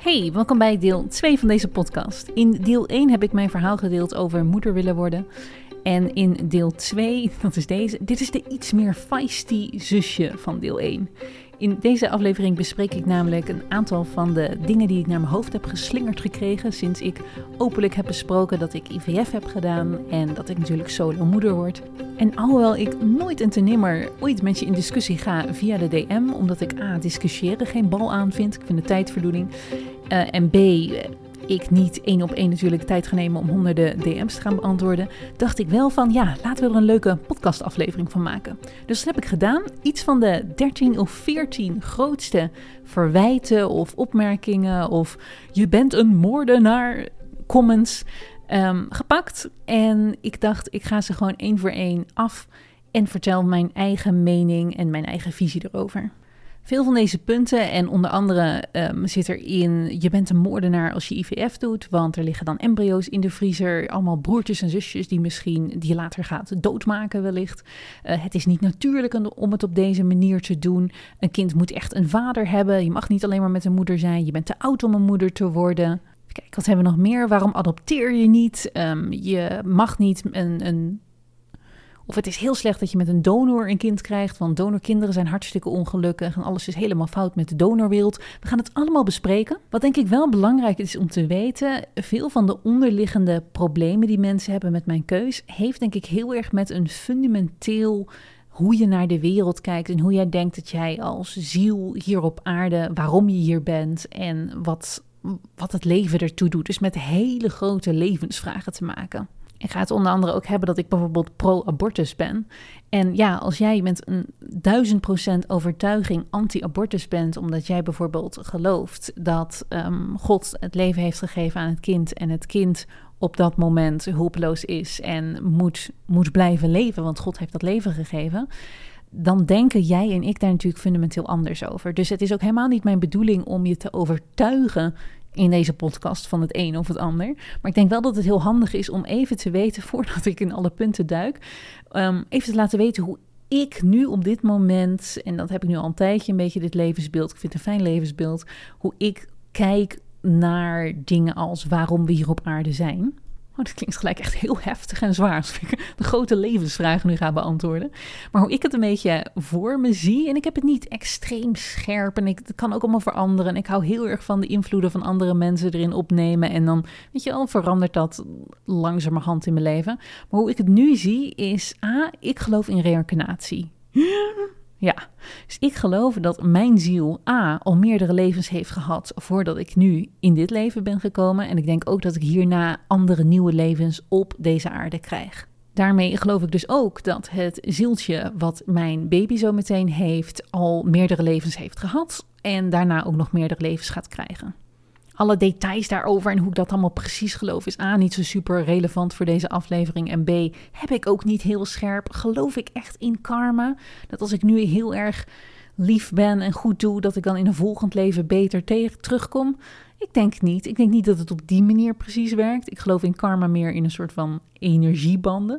Hey, welkom bij deel 2 van deze podcast. In deel 1 heb ik mijn verhaal gedeeld over moeder willen worden. En in deel 2, dat is deze, dit is de iets meer feisty zusje van deel 1. In deze aflevering bespreek ik namelijk een aantal van de dingen die ik naar mijn hoofd heb geslingerd gekregen sinds ik openlijk heb besproken dat ik IVF heb gedaan en dat ik natuurlijk solo moeder word. En alhoewel ik nooit en te nimmer ooit met je in discussie ga via de DM, omdat ik discussiëren geen bal aan vind, ik vind de tijdverdoening, en B, ik niet 1 op 1 natuurlijk tijd ga nemen om honderden DM's te gaan beantwoorden, dacht ik wel van laten we er een leuke podcastaflevering van maken. Dus dat heb ik gedaan. Iets van de 13 of 14 grootste verwijten of opmerkingen of je bent een moordenaar comments gepakt. En ik dacht ik ga ze gewoon 1 voor 1 af en vertel mijn eigen mening en mijn eigen visie erover. Veel van deze punten en onder andere zit erin, je bent een moordenaar als je IVF doet, want er liggen dan embryo's in de vriezer, allemaal broertjes en zusjes die je later gaat doodmaken wellicht. Het is niet natuurlijk om het op deze manier te doen. Een kind moet echt een vader hebben, je mag niet alleen maar met een moeder zijn, je bent te oud om een moeder te worden. Kijk, wat hebben we nog meer? Waarom adopteer je niet? Je mag niet Of het is heel slecht dat je met een donor een kind krijgt, want donorkinderen zijn hartstikke ongelukkig en alles is helemaal fout met de donorwereld. We gaan het allemaal bespreken. Wat denk ik wel belangrijk is om te weten, veel van de onderliggende problemen die mensen hebben met mijn keus, heeft denk ik heel erg met een fundamenteel hoe je naar de wereld kijkt en hoe jij denkt dat jij als ziel hier op aarde, waarom je hier bent en wat het leven ertoe doet. Dus met hele grote levensvragen te maken. Ik ga het onder andere ook hebben dat ik bijvoorbeeld pro-abortus ben. En als jij met een 1000% overtuiging anti-abortus bent, omdat jij bijvoorbeeld gelooft dat God het leven heeft gegeven aan het kind en het kind op dat moment hulpeloos is en moet blijven leven, want God heeft dat leven gegeven, dan denken jij en ik daar natuurlijk fundamenteel anders over. Dus het is ook helemaal niet mijn bedoeling om je te overtuigen in deze podcast van het een of het ander. Maar ik denk wel dat het heel handig is om even te weten, voordat ik in alle punten duik, even te laten weten hoe ik nu op dit moment, en dat heb ik nu al een tijdje een beetje dit levensbeeld, ik vind het een fijn levensbeeld, hoe ik kijk naar dingen als waarom we hier op aarde zijn. Oh, dat klinkt gelijk echt heel heftig en zwaar, als ik de grote levensvragen nu ga beantwoorden. Maar hoe ik het een beetje voor me zie, en ik heb het niet extreem scherp en het kan ook allemaal veranderen. En ik hou heel erg van de invloeden van andere mensen erin opnemen en dan, verandert dat langzamerhand in mijn leven. Maar hoe ik het nu zie is, ik geloof in reïncarnatie. Ja, dus ik geloof dat mijn ziel al meerdere levens heeft gehad voordat ik nu in dit leven ben gekomen. En ik denk ook dat ik hierna andere nieuwe levens op deze aarde krijg. Daarmee geloof ik dus ook dat het zieltje wat mijn baby zo meteen heeft al meerdere levens heeft gehad en daarna ook nog meerdere levens gaat krijgen. Alle details daarover en hoe ik dat allemaal precies geloof is niet zo super relevant voor deze aflevering. En B, heb ik ook niet heel scherp. Geloof ik echt in karma? Dat als ik nu heel erg lief ben en goed doe, dat ik dan in een volgend leven beter terugkom? Ik denk niet. Ik denk niet dat het op die manier precies werkt. Ik geloof in karma meer in een soort van energiebanden.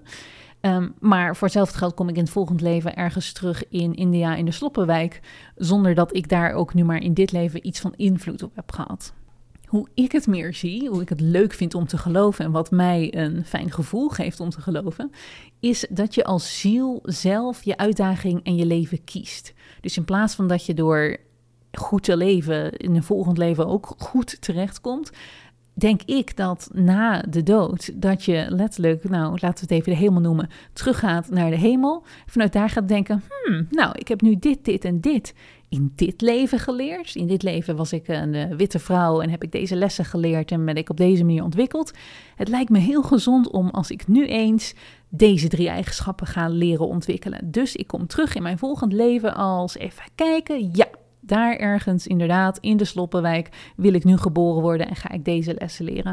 Maar voor hetzelfde geld kom ik in het volgend leven ergens terug in India in de Sloppenwijk, zonder dat ik daar ook nu maar in dit leven iets van invloed op heb gehad. Hoe ik het meer zie, hoe ik het leuk vind om te geloven en wat mij een fijn gevoel geeft om te geloven, is dat je als ziel zelf je uitdaging en je leven kiest. Dus in plaats van dat je door goed te leven in een volgend leven ook goed terechtkomt, denk ik dat na de dood dat je letterlijk, laten we het even de hemel noemen, teruggaat naar de hemel. Vanuit daar gaat denken, ik heb nu dit en dit in dit leven geleerd. In dit leven was ik een witte vrouw en heb ik deze lessen geleerd en ben ik op deze manier ontwikkeld. Het lijkt me heel gezond om als ik nu eens deze 3 eigenschappen ga leren ontwikkelen. Dus ik kom terug in mijn volgend leven als even kijken, daar ergens inderdaad in de Sloppenwijk wil ik nu geboren worden en ga ik deze lessen leren.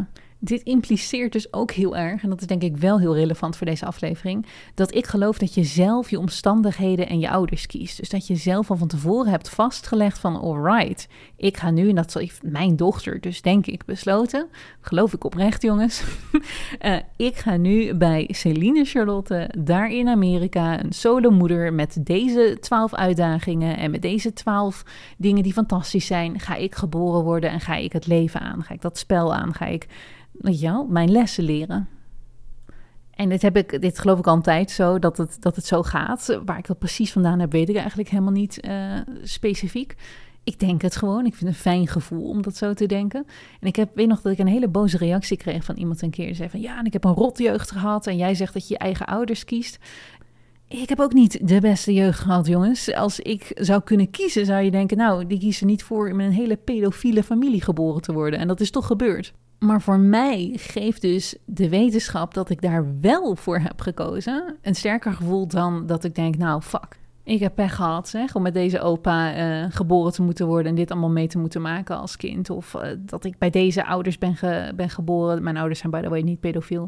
Dit impliceert dus ook heel erg, en dat is denk ik wel heel relevant voor deze aflevering, dat ik geloof dat je zelf je omstandigheden en je ouders kiest. Dus dat je zelf al van tevoren hebt vastgelegd van alright, ik ga nu, en dat heeft mijn dochter dus denk ik besloten, geloof ik oprecht jongens, ik ga nu bij Celine Charlotte, daar in Amerika, een solomoeder met deze 12 uitdagingen en met deze 12 dingen die fantastisch zijn, ga ik geboren worden en ga ik het leven aan, ga ik dat spel aan, ga ik mijn lessen leren. En dit geloof ik altijd zo, dat het zo gaat. Waar ik dat precies vandaan heb, weet ik eigenlijk helemaal niet specifiek. Ik denk het gewoon. Ik vind het een fijn gevoel om dat zo te denken. En ik weet nog dat ik een hele boze reactie kreeg van iemand een keer. Die zei van, ja, en ik heb een rotjeugd gehad. En jij zegt dat je je eigen ouders kiest. Ik heb ook niet de beste jeugd gehad, jongens. Als ik zou kunnen kiezen, zou je denken, nou, die kiezen niet voor in een hele pedofiele familie geboren te worden. En dat is toch gebeurd. Maar voor mij geeft dus de wetenschap dat ik daar wel voor heb gekozen een sterker gevoel dan dat ik denk, nou fuck, ik heb pech gehad zeg, om met deze opa geboren te moeten worden en dit allemaal mee te moeten maken als kind. Of dat ik bij deze ouders ben geboren. Mijn ouders zijn by the way niet pedofiel.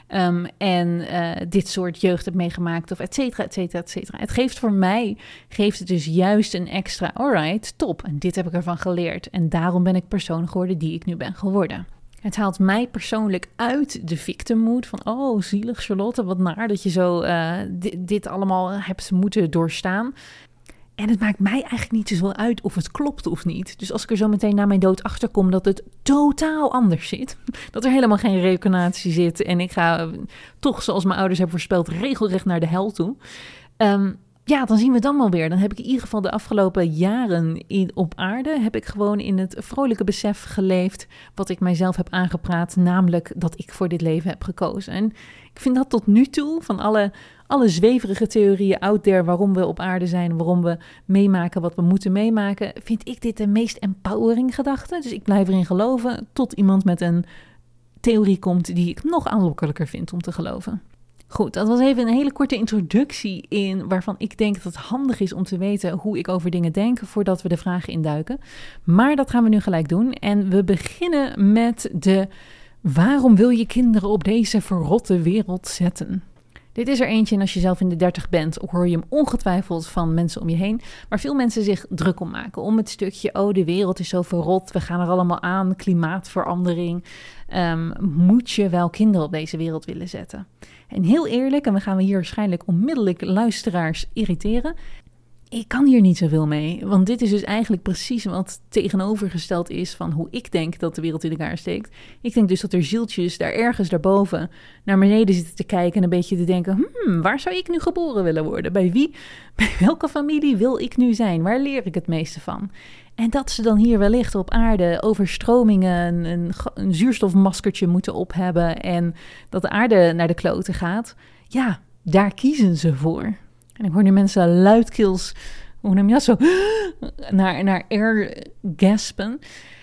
En dit soort jeugd heb meegemaakt of et cetera, et cetera, et cetera. Het geeft het dus juist een extra, alright, top. En dit heb ik ervan geleerd. En daarom ben ik persoon geworden die ik nu ben geworden. Het haalt mij persoonlijk uit de victim mood van, oh, zielig Charlotte, wat naar dat je zo dit allemaal hebt moeten doorstaan. En het maakt mij eigenlijk niet zoveel uit of het klopt of niet. Dus als ik er zo meteen na mijn dood achter kom dat het totaal anders zit, dat er helemaal geen reïncarnatie zit en ik ga toch, zoals mijn ouders hebben voorspeld, regelrecht naar de hel toe. Ja, dan zien we het dan wel weer. Dan heb ik in ieder geval de afgelopen jaren op aarde, heb ik gewoon in het vrolijke besef geleefd wat ik mijzelf heb aangepraat, namelijk dat ik voor dit leven heb gekozen. En ik vind dat tot nu toe, van alle zweverige theorieën out there, waarom we op aarde zijn, waarom we meemaken wat we moeten meemaken, vind ik dit de meest empowering gedachte. Dus ik blijf erin geloven tot iemand met een theorie komt die ik nog aanlokkelijker vind om te geloven. Goed, dat was even een hele korte introductie in waarvan ik denk dat het handig is om te weten hoe ik over dingen denk voordat we de vragen induiken. Maar dat gaan we nu gelijk doen en we beginnen met waarom wil je kinderen op deze verrotte wereld zetten? Dit is er eentje en als je zelf in de 30 bent, hoor je hem ongetwijfeld van mensen om je heen, waar veel mensen zich druk om maken. Om het stukje, oh de wereld is zo verrot, we gaan er allemaal aan, klimaatverandering. Moet je wel kinderen op deze wereld willen zetten? En heel eerlijk, en we gaan hier waarschijnlijk onmiddellijk luisteraars irriteren, ik kan hier niet zoveel mee, want dit is dus eigenlijk precies wat tegenovergesteld is van hoe ik denk dat de wereld in elkaar steekt. Ik denk dus dat er zieltjes daar ergens daarboven naar beneden zitten te kijken en een beetje te denken, waar zou ik nu geboren willen worden? Bij wie? Bij welke familie wil ik nu zijn? Waar leer ik het meeste van? En dat ze dan hier wellicht op aarde overstromingen, een zuurstofmaskertje moeten op hebben en dat de aarde naar de kloten gaat. Ja, daar kiezen ze voor. En ik hoor nu mensen luidkeels, hoe noem je dat zo, naar air gaspen.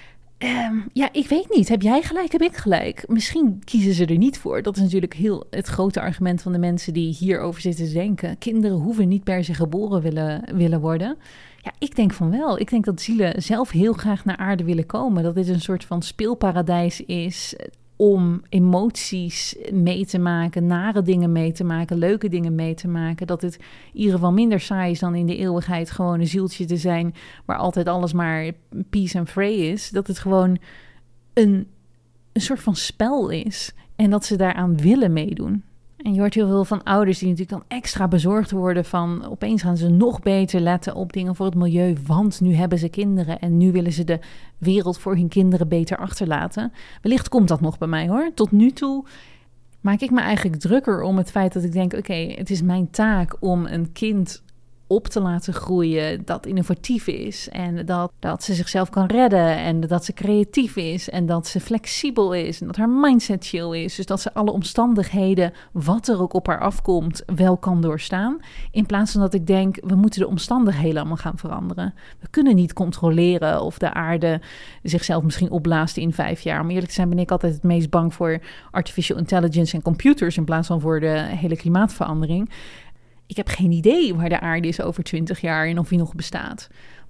Ja, ik weet niet. Heb jij gelijk, heb ik gelijk? Misschien kiezen ze er niet voor. Dat is natuurlijk heel het grote argument van de mensen die hierover zitten te denken. Kinderen hoeven niet per se geboren willen worden. Ja, ik denk van wel. Ik denk dat zielen zelf heel graag naar aarde willen komen. Dat dit een soort van speelparadijs is om emoties mee te maken, nare dingen mee te maken, leuke dingen mee te maken. Dat het in ieder geval minder saai is dan in de eeuwigheid gewoon een zieltje te zijn waar altijd alles maar peace and free is. Dat het gewoon een soort van spel is en dat ze daaraan willen meedoen. En je hoort heel veel van ouders die natuurlijk dan extra bezorgd worden van opeens gaan ze nog beter letten op dingen voor het milieu, want nu hebben ze kinderen en nu willen ze de wereld voor hun kinderen beter achterlaten. Wellicht komt dat nog bij mij hoor. Tot nu toe maak ik me eigenlijk drukker om het feit dat ik denk, oké, het is mijn taak om een kind op te laten groeien dat innovatief is en dat ze zichzelf kan redden en dat ze creatief is en dat ze flexibel is en dat haar mindset chill is. Dus dat ze alle omstandigheden, wat er ook op haar afkomt, wel kan doorstaan. In plaats van dat ik denk, we moeten de omstandigheden allemaal gaan veranderen. We kunnen niet controleren of de aarde zichzelf misschien opblaast in 5 jaar. Om eerlijk te zijn ben ik altijd het meest bang voor artificial intelligence en computers in plaats van voor de hele klimaatverandering. Ik heb geen idee waar de aarde is over 20 jaar en of die nog bestaat.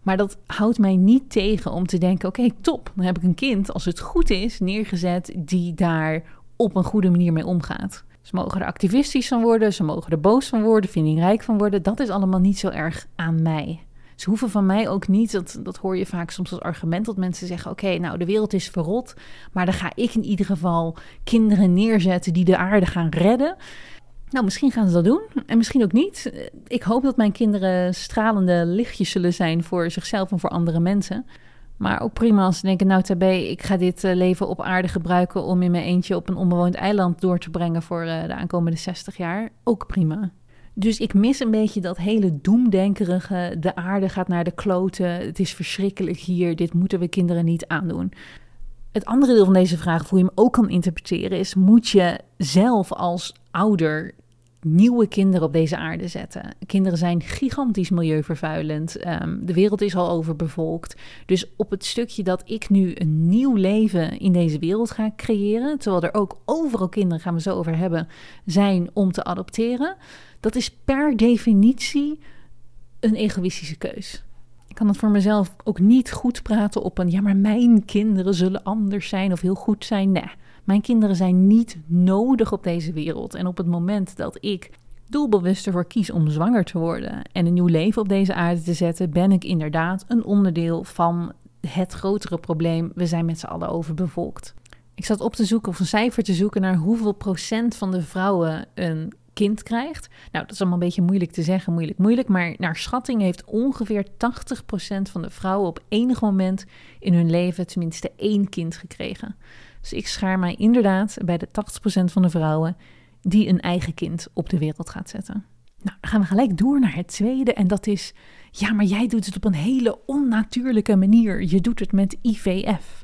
Maar dat houdt mij niet tegen om te denken, oké, top. Dan heb ik een kind, als het goed is, neergezet die daar op een goede manier mee omgaat. Ze mogen er activistisch van worden, ze mogen er boos van worden, vindingrijk van worden. Dat is allemaal niet zo erg aan mij. Ze hoeven van mij ook niet, dat hoor je vaak soms als argument, dat mensen zeggen, oké, nou de wereld is verrot, maar dan ga ik in ieder geval kinderen neerzetten die de aarde gaan redden. Nou, misschien gaan ze dat doen en misschien ook niet. Ik hoop dat mijn kinderen stralende lichtjes zullen zijn voor zichzelf en voor andere mensen. Maar ook prima als ze denken, nou tabé, ik ga dit leven op aarde gebruiken om in mijn eentje op een onbewoond eiland door te brengen voor de aankomende 60 jaar. Ook prima. Dus ik mis een beetje dat hele doemdenkerige, de aarde gaat naar de kloten, het is verschrikkelijk hier, dit moeten we kinderen niet aandoen. Het andere deel van deze vraag, hoe je hem ook kan interpreteren, is: moet je zelf als ouder nieuwe kinderen op deze aarde zetten? Kinderen zijn gigantisch milieuvervuilend. De wereld is al overbevolkt. Dus op het stukje dat ik nu een nieuw leven in deze wereld ga creëren, terwijl er ook overal kinderen, gaan we zo over hebben, zijn om te adopteren, dat is per definitie een egoïstische keus. Ik kan het voor mezelf ook niet goed praten op een, ja, maar mijn kinderen zullen anders zijn of heel goed zijn. Nee, mijn kinderen zijn niet nodig op deze wereld. En op het moment dat ik doelbewust ervoor kies om zwanger te worden en een nieuw leven op deze aarde te zetten, ben ik inderdaad een onderdeel van het grotere probleem. We zijn met z'n allen overbevolkt. Ik zat op te zoeken of een cijfer te zoeken naar hoeveel procent van de vrouwen een kind krijgt. Nou, dat is allemaal een beetje moeilijk te zeggen, moeilijk. Maar naar schatting heeft ongeveer 80% van de vrouwen op enig moment in hun leven tenminste 1 kind gekregen. Dus ik schaar mij inderdaad bij de 80% van de vrouwen die een eigen kind op de wereld gaat zetten. Nou, dan gaan we gelijk door naar het tweede. En dat is, ja, maar jij doet het op een hele onnatuurlijke manier. Je doet het met IVF.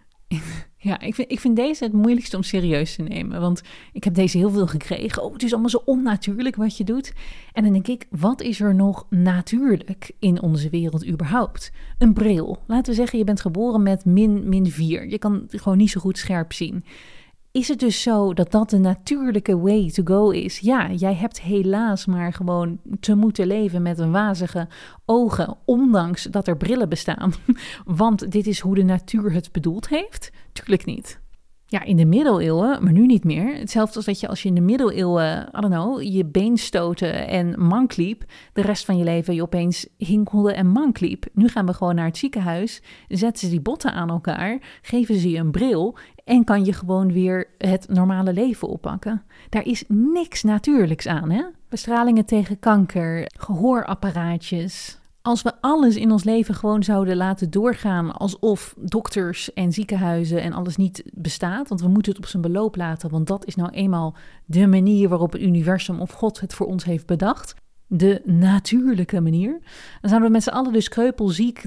Ja, ik vind deze het moeilijkste om serieus te nemen. Want ik heb deze heel veel gekregen. Oh, het is allemaal zo onnatuurlijk wat je doet. En dan denk ik, wat is er nog natuurlijk in onze wereld überhaupt? Een bril. Laten we zeggen, je bent geboren met -4. Je kan gewoon niet zo goed scherp zien. Is het dus zo dat dat de natuurlijke way to go is? Ja, jij hebt helaas maar gewoon te moeten leven met een wazige ogen, ondanks dat er brillen bestaan. Want dit is hoe de natuur het bedoeld heeft? Tuurlijk niet. Ja, in de middeleeuwen, maar nu niet meer. Hetzelfde als dat je als je in de middeleeuwen, je been stoten en mank liep, de rest van je leven je opeens hinkelde en mank liep. Nu gaan we gewoon naar het ziekenhuis, zetten ze die botten aan elkaar, geven ze je een bril en kan je gewoon weer het normale leven oppakken. Daar is niks natuurlijks aan, hè? Bestralingen tegen kanker, gehoorapparaatjes. Als we alles in ons leven gewoon zouden laten doorgaan alsof dokters en ziekenhuizen en alles niet bestaat, want we moeten het op zijn beloop laten, want dat is nou eenmaal de manier waarop het universum of God het voor ons heeft bedacht. De natuurlijke manier. Dan zouden we met z'n allen dus kreupelziek,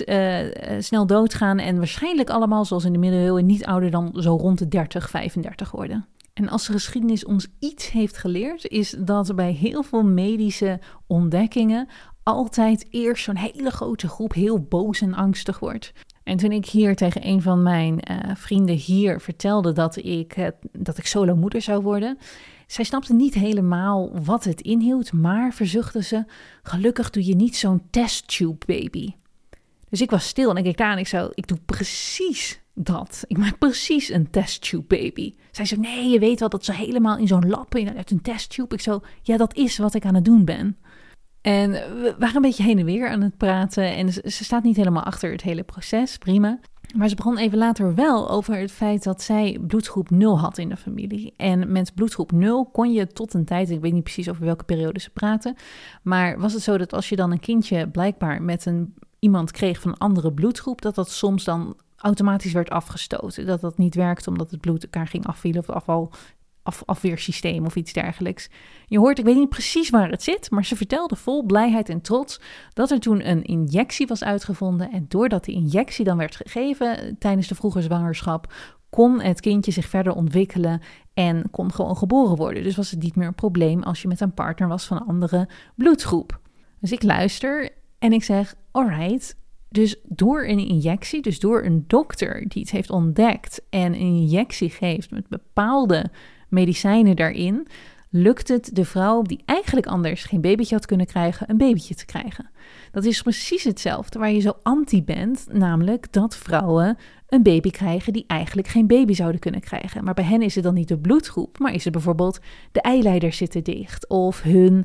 snel doodgaan en waarschijnlijk allemaal, zoals in de middeleeuwen, niet ouder dan zo rond de 30, 35 worden. En als de geschiedenis ons iets heeft geleerd, is dat bij heel veel medische ontdekkingen altijd eerst zo'n hele grote groep heel boos en angstig wordt. En toen ik hier tegen een van mijn vrienden hier vertelde dat ik solo moeder zou worden, zij snapte niet helemaal wat het inhield, maar verzuchtte ze, gelukkig doe je niet zo'n testtube baby. Dus ik was stil en ik keek daar en ik doe precies dat. Ik maak precies een testtube baby. Zij zei, nee, je weet wel dat ze helemaal in zo'n lap, uit een testtube. Ik zo, ja, dat is wat ik aan het doen ben. En we waren een beetje heen en weer aan het praten. En ze staat niet helemaal achter het hele proces, prima. Maar ze begon even later wel over het feit dat zij bloedgroep 0 had in de familie. En met bloedgroep 0 kon je tot een tijd, ik weet niet precies over welke periode ze praten, maar was het zo dat als je dan een kindje blijkbaar met iemand kreeg van een andere bloedgroep, dat soms dan automatisch werd afgestoten. Dat niet werkte omdat het bloed elkaar ging afvielen of afweersysteem of iets dergelijks. Je hoort, ik weet niet precies waar het zit, maar ze vertelde vol blijheid en trots dat er toen een injectie was uitgevonden en doordat die injectie dan werd gegeven tijdens de vroege zwangerschap, kon het kindje zich verder ontwikkelen en kon gewoon geboren worden. Dus was het niet meer een probleem als je met een partner was van een andere bloedgroep. Dus ik luister en ik zeg, alright, dus door een injectie, dus door een dokter die het heeft ontdekt en een injectie geeft met bepaalde medicijnen daarin, lukt het de vrouw die eigenlijk anders geen babytje had kunnen krijgen, een babytje te krijgen. Dat is precies hetzelfde waar je zo anti bent, namelijk dat vrouwen een baby krijgen die eigenlijk geen baby zouden kunnen krijgen. Maar bij hen is het dan niet de bloedgroep, maar is het bijvoorbeeld de eileiders zitten dicht of hun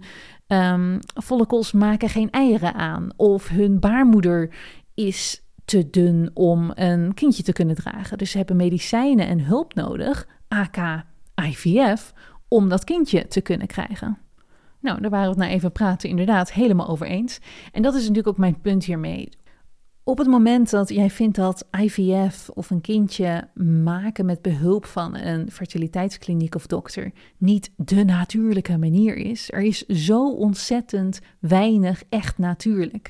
follicels maken geen eieren aan of hun baarmoeder is te dun om een kindje te kunnen dragen. Dus ze hebben medicijnen en hulp nodig, aka IVF, om dat kindje te kunnen krijgen. Nou, daar waren we het nou even praten, inderdaad, helemaal over eens. En dat is natuurlijk ook mijn punt hiermee. Op het moment dat jij vindt dat IVF of een kindje maken met behulp van een fertiliteitskliniek of dokter niet de natuurlijke manier is, er is zo ontzettend weinig echt natuurlijk.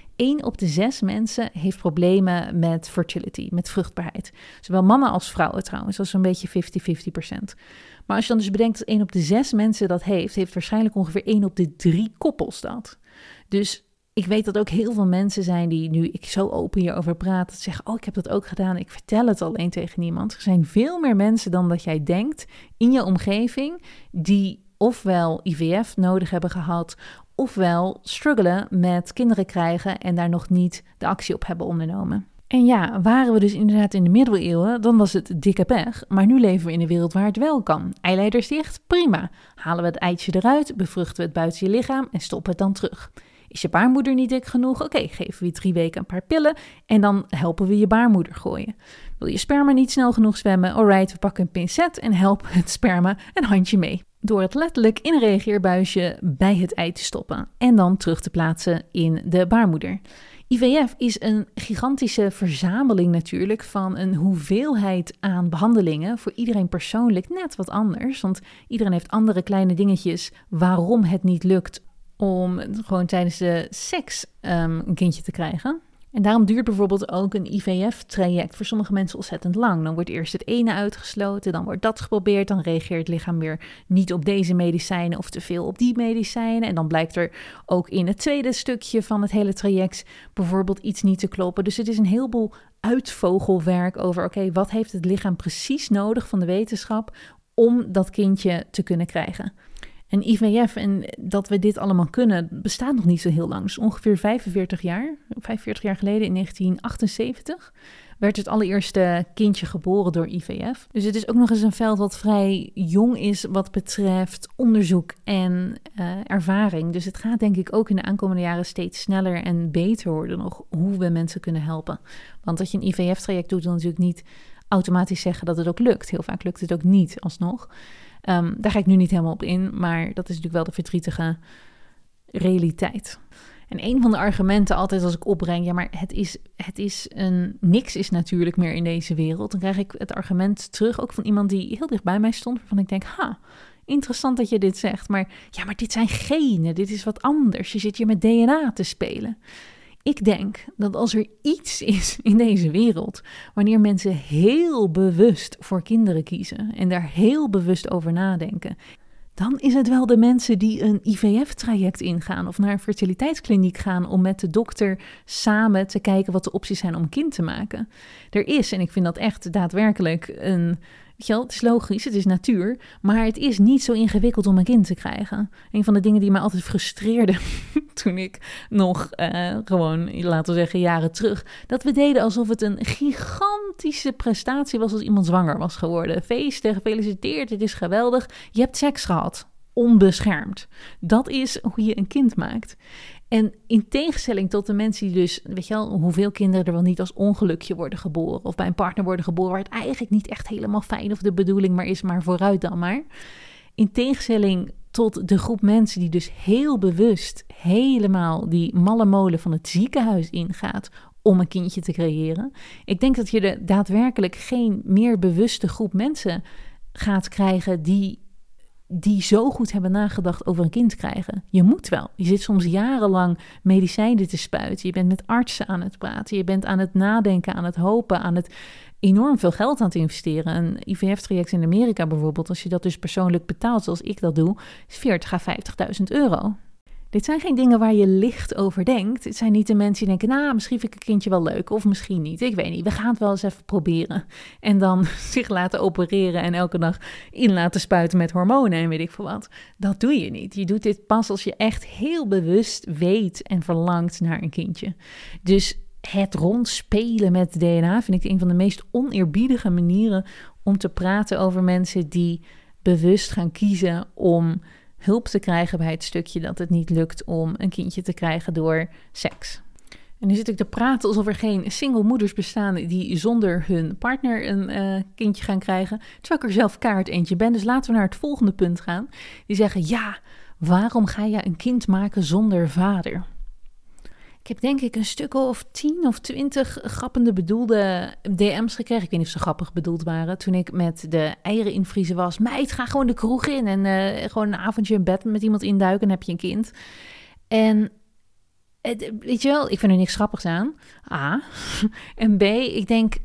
1 op de 6 mensen heeft problemen met fertility, met vruchtbaarheid. Zowel mannen als vrouwen trouwens, dat is een beetje 50-50%. Maar als je dan dus bedenkt dat 1 op de 6 mensen dat heeft waarschijnlijk ongeveer 1 op de 3 koppels dat. Dus ik weet dat ook heel veel mensen zijn die, nu ik zo open hierover praat, dat zeggen, ik heb dat ook gedaan, ik vertel het alleen tegen niemand. Er zijn veel meer mensen dan dat jij denkt in je omgeving die ofwel IVF nodig hebben gehad, ofwel struggelen met kinderen krijgen en daar nog niet de actie op hebben ondernomen. En ja, waren we dus inderdaad in de middeleeuwen, dan was het dikke pech. Maar nu leven we in een wereld waar het wel kan. Eileiders dicht, prima. Halen we het eitje eruit, bevruchten we het buiten je lichaam en stoppen het dan terug. Is je baarmoeder niet dik genoeg? Oké, geven we je 3 weken een paar pillen en dan helpen we je baarmoeder gooien. Wil je sperma niet snel genoeg zwemmen? Alright, we pakken een pincet en helpen het sperma een handje mee. Door het letterlijk in een reageerbuisje bij het ei te stoppen en dan terug te plaatsen in de baarmoeder. IVF is een gigantische verzameling natuurlijk van een hoeveelheid aan behandelingen. Voor iedereen persoonlijk net wat anders, want iedereen heeft andere kleine dingetjes waarom het niet lukt om gewoon tijdens de seks een kindje te krijgen. En daarom duurt bijvoorbeeld ook een IVF-traject voor sommige mensen ontzettend lang. Dan wordt eerst het ene uitgesloten, dan wordt dat geprobeerd, dan reageert het lichaam weer niet op deze medicijnen of te veel op die medicijnen. En dan blijkt er ook in het tweede stukje van het hele traject bijvoorbeeld iets niet te kloppen. Dus het is een heleboel uitvogelwerk over, wat heeft het lichaam precies nodig van de wetenschap om dat kindje te kunnen krijgen. En IVF en dat we dit allemaal kunnen, bestaat nog niet zo heel lang. Dus ongeveer 45 jaar geleden, in 1978, werd het allereerste kindje geboren door IVF. Dus het is ook nog eens een veld wat vrij jong is wat betreft onderzoek en ervaring. Dus het gaat denk ik ook in de aankomende jaren steeds sneller en beter worden nog hoe we mensen kunnen helpen. Want dat je een IVF-traject doet, wil natuurlijk niet automatisch zeggen dat het ook lukt. Heel vaak lukt het ook niet alsnog. Daar ga ik nu niet helemaal op in, maar dat is natuurlijk wel de verdrietige realiteit. En een van de argumenten altijd als ik opbreng, maar niks is natuurlijk meer in deze wereld. Dan krijg ik het argument terug, ook van iemand die heel dicht bij mij stond, waarvan ik denk, interessant dat je dit zegt, maar dit zijn genen, dit is wat anders. Je zit hier met DNA te spelen. Ik denk dat als er iets is in deze wereld, wanneer mensen heel bewust voor kinderen kiezen en daar heel bewust over nadenken, dan is het wel de mensen die een IVF-traject ingaan of naar een fertiliteitskliniek gaan om met de dokter samen te kijken wat de opties zijn om een kind te maken. Er is, en ik vind dat echt daadwerkelijk het is logisch, het is natuur, maar het is niet zo ingewikkeld om een kind te krijgen. Een van de dingen die mij altijd frustreerde toen ik nog laten we zeggen, jaren terug, dat we deden alsof het een gigantische prestatie was als iemand zwanger was geworden. Feesten, gefeliciteerd, het is geweldig, je hebt seks gehad, onbeschermd. Dat is hoe je een kind maakt. En in tegenstelling tot de mensen die dus, hoeveel kinderen er wel niet als ongelukje worden geboren of bij een partner worden geboren waar het eigenlijk niet echt helemaal fijn of de bedoeling maar is, maar vooruit dan maar. In tegenstelling tot de groep mensen die dus heel bewust helemaal die malle molen van het ziekenhuis ingaat om een kindje te creëren. Ik denk dat je er daadwerkelijk geen meer bewuste groep mensen gaat krijgen die zo goed hebben nagedacht over een kind krijgen. Je moet wel. Je zit soms jarenlang medicijnen te spuiten. Je bent met artsen aan het praten. Je bent aan het nadenken, aan het hopen, aan het enorm veel geld aan het investeren. Een IVF-traject in Amerika bijvoorbeeld, als je dat dus persoonlijk betaalt zoals ik dat doe, is 40.000 à 50.000 euro. Dit zijn geen dingen waar je licht over denkt. Het zijn niet de mensen die denken, misschien vind ik een kindje wel leuk of misschien niet. Ik weet niet, we gaan het wel eens even proberen. En dan zich laten opereren en elke dag in laten spuiten met hormonen en weet ik veel wat. Dat doe je niet. Je doet dit pas als je echt heel bewust weet en verlangt naar een kindje. Dus het rondspelen met DNA vind ik een van de meest oneerbiedige manieren om te praten over mensen die bewust gaan kiezen om hulp te krijgen bij het stukje dat het niet lukt om een kindje te krijgen door seks. En nu zit ik te praten alsof er geen single moeders bestaan die zonder hun partner een kindje gaan krijgen. Terwijl ik er zelf kaart eentje ben. Dus laten we naar het volgende punt gaan. Die zeggen, waarom ga je een kind maken zonder vader? Ik heb denk ik een stuk of 10 of 20 grappende bedoelde DM's gekregen. Ik weet niet of ze grappig bedoeld waren. Toen ik met de eieren invriezen was. Meid, ga gewoon de kroeg in en gewoon een avondje in bed met iemand induiken en heb je een kind. En weet je wel, ik vind er niks grappigs aan. A. En B, ik denk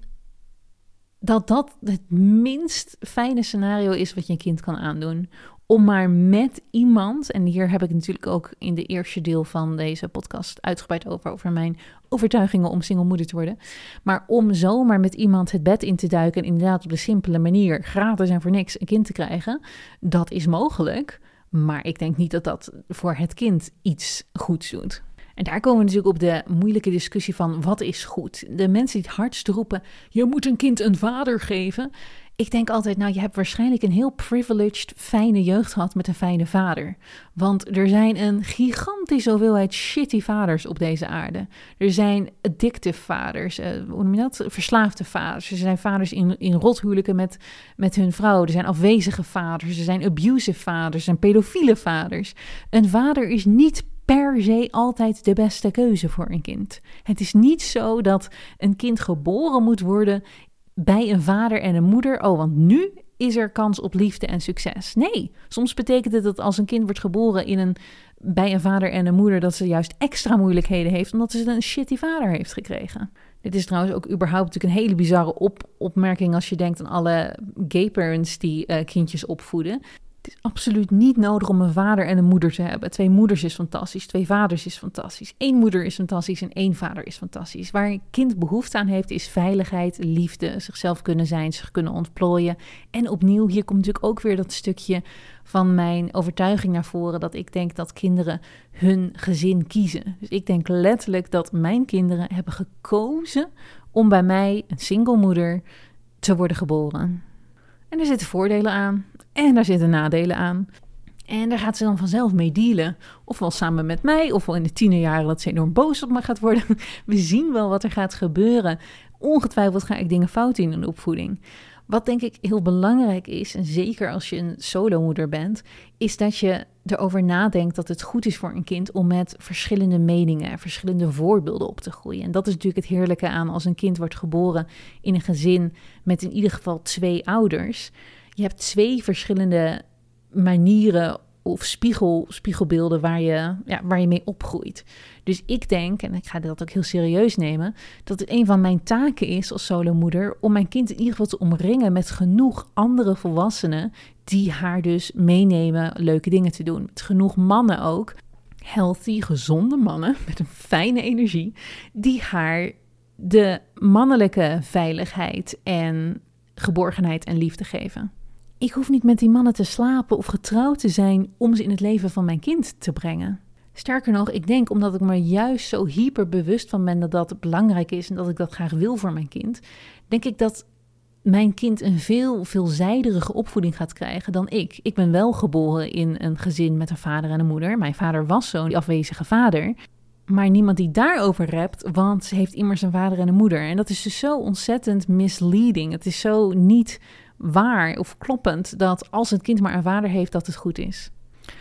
dat het minst fijne scenario is wat je een kind kan aandoen. Om maar met iemand, en hier heb ik natuurlijk ook in de eerste deel van deze podcast uitgebreid over mijn overtuigingen om single moeder te worden. Maar om zomaar met iemand het bed in te duiken en inderdaad op de simpele manier gratis en voor niks een kind te krijgen, dat is mogelijk. Maar ik denk niet dat dat voor het kind iets goeds doet. En daar komen we natuurlijk op de moeilijke discussie van wat is goed. De mensen die het hardst roepen, je moet een kind een vader geven. Ik denk altijd, je hebt waarschijnlijk een heel privileged, fijne jeugd gehad met een fijne vader. Want er zijn een gigantische hoeveelheid shitty vaders op deze aarde. Er zijn addictive vaders, hoe noem je dat? Verslaafde vaders. Er zijn vaders in rothuwelijken met hun vrouw. Er zijn afwezige vaders, er zijn abusive vaders, er zijn pedofiele vaders. Een vader is niet per se altijd de beste keuze voor een kind. Het is niet zo dat een kind geboren moet worden bij een vader en een moeder. Want nu is er kans op liefde en succes. Nee, soms betekent het dat als een kind wordt geboren bij een vader en een moeder, dat ze juist extra moeilijkheden heeft, omdat ze een shitty vader heeft gekregen. Dit is trouwens ook überhaupt natuurlijk een hele bizarre opmerking als je denkt aan alle gay parents die kindjes opvoeden. Het is absoluut niet nodig om een vader en een moeder te hebben. 2 moeders is fantastisch, 2 vaders is fantastisch. 1 moeder is fantastisch en 1 vader is fantastisch. Waar een kind behoefte aan heeft is veiligheid, liefde, zichzelf kunnen zijn, zich kunnen ontplooien. En opnieuw, hier komt natuurlijk ook weer dat stukje van mijn overtuiging naar voren, dat ik denk dat kinderen hun gezin kiezen. Dus ik denk letterlijk dat mijn kinderen hebben gekozen om bij mij, een single moeder, te worden geboren. En er zitten voordelen aan. En daar zitten nadelen aan. En daar gaat ze dan vanzelf mee dealen. Ofwel samen met mij, ofwel in de tienerjaren dat ze enorm boos op me gaat worden. We zien wel wat er gaat gebeuren. Ongetwijfeld ga ik dingen fout in de opvoeding. Wat denk ik heel belangrijk is, en zeker als je een solomoeder bent, is dat je erover nadenkt dat het goed is voor een kind om met verschillende meningen, verschillende voorbeelden op te groeien. En dat is natuurlijk het heerlijke aan als een kind wordt geboren in een gezin met in ieder geval 2 ouders. Je hebt 2 verschillende manieren of spiegelbeelden waar je mee opgroeit. Dus ik denk, en ik ga dat ook heel serieus nemen, dat het een van mijn taken is als solomoeder om mijn kind in ieder geval te omringen met genoeg andere volwassenen die haar dus meenemen leuke dingen te doen. Met genoeg mannen ook, healthy, gezonde mannen met een fijne energie, die haar de mannelijke veiligheid en geborgenheid en liefde geven. Ik hoef niet met die mannen te slapen of getrouwd te zijn om ze in het leven van mijn kind te brengen. Sterker nog, ik denk omdat ik me juist zo hyperbewust van ben dat dat belangrijk is en dat ik dat graag wil voor mijn kind, denk ik dat mijn kind een veel veelzijdige opvoeding gaat krijgen dan ik. Ik ben wel geboren in een gezin met een vader en een moeder. Mijn vader was zo'n afwezige vader. Maar niemand die daarover rapt, want ze heeft immers een vader en een moeder. En dat is dus zo ontzettend misleading. Het is zo niet waar of kloppend dat als het kind maar een vader heeft, dat het goed is.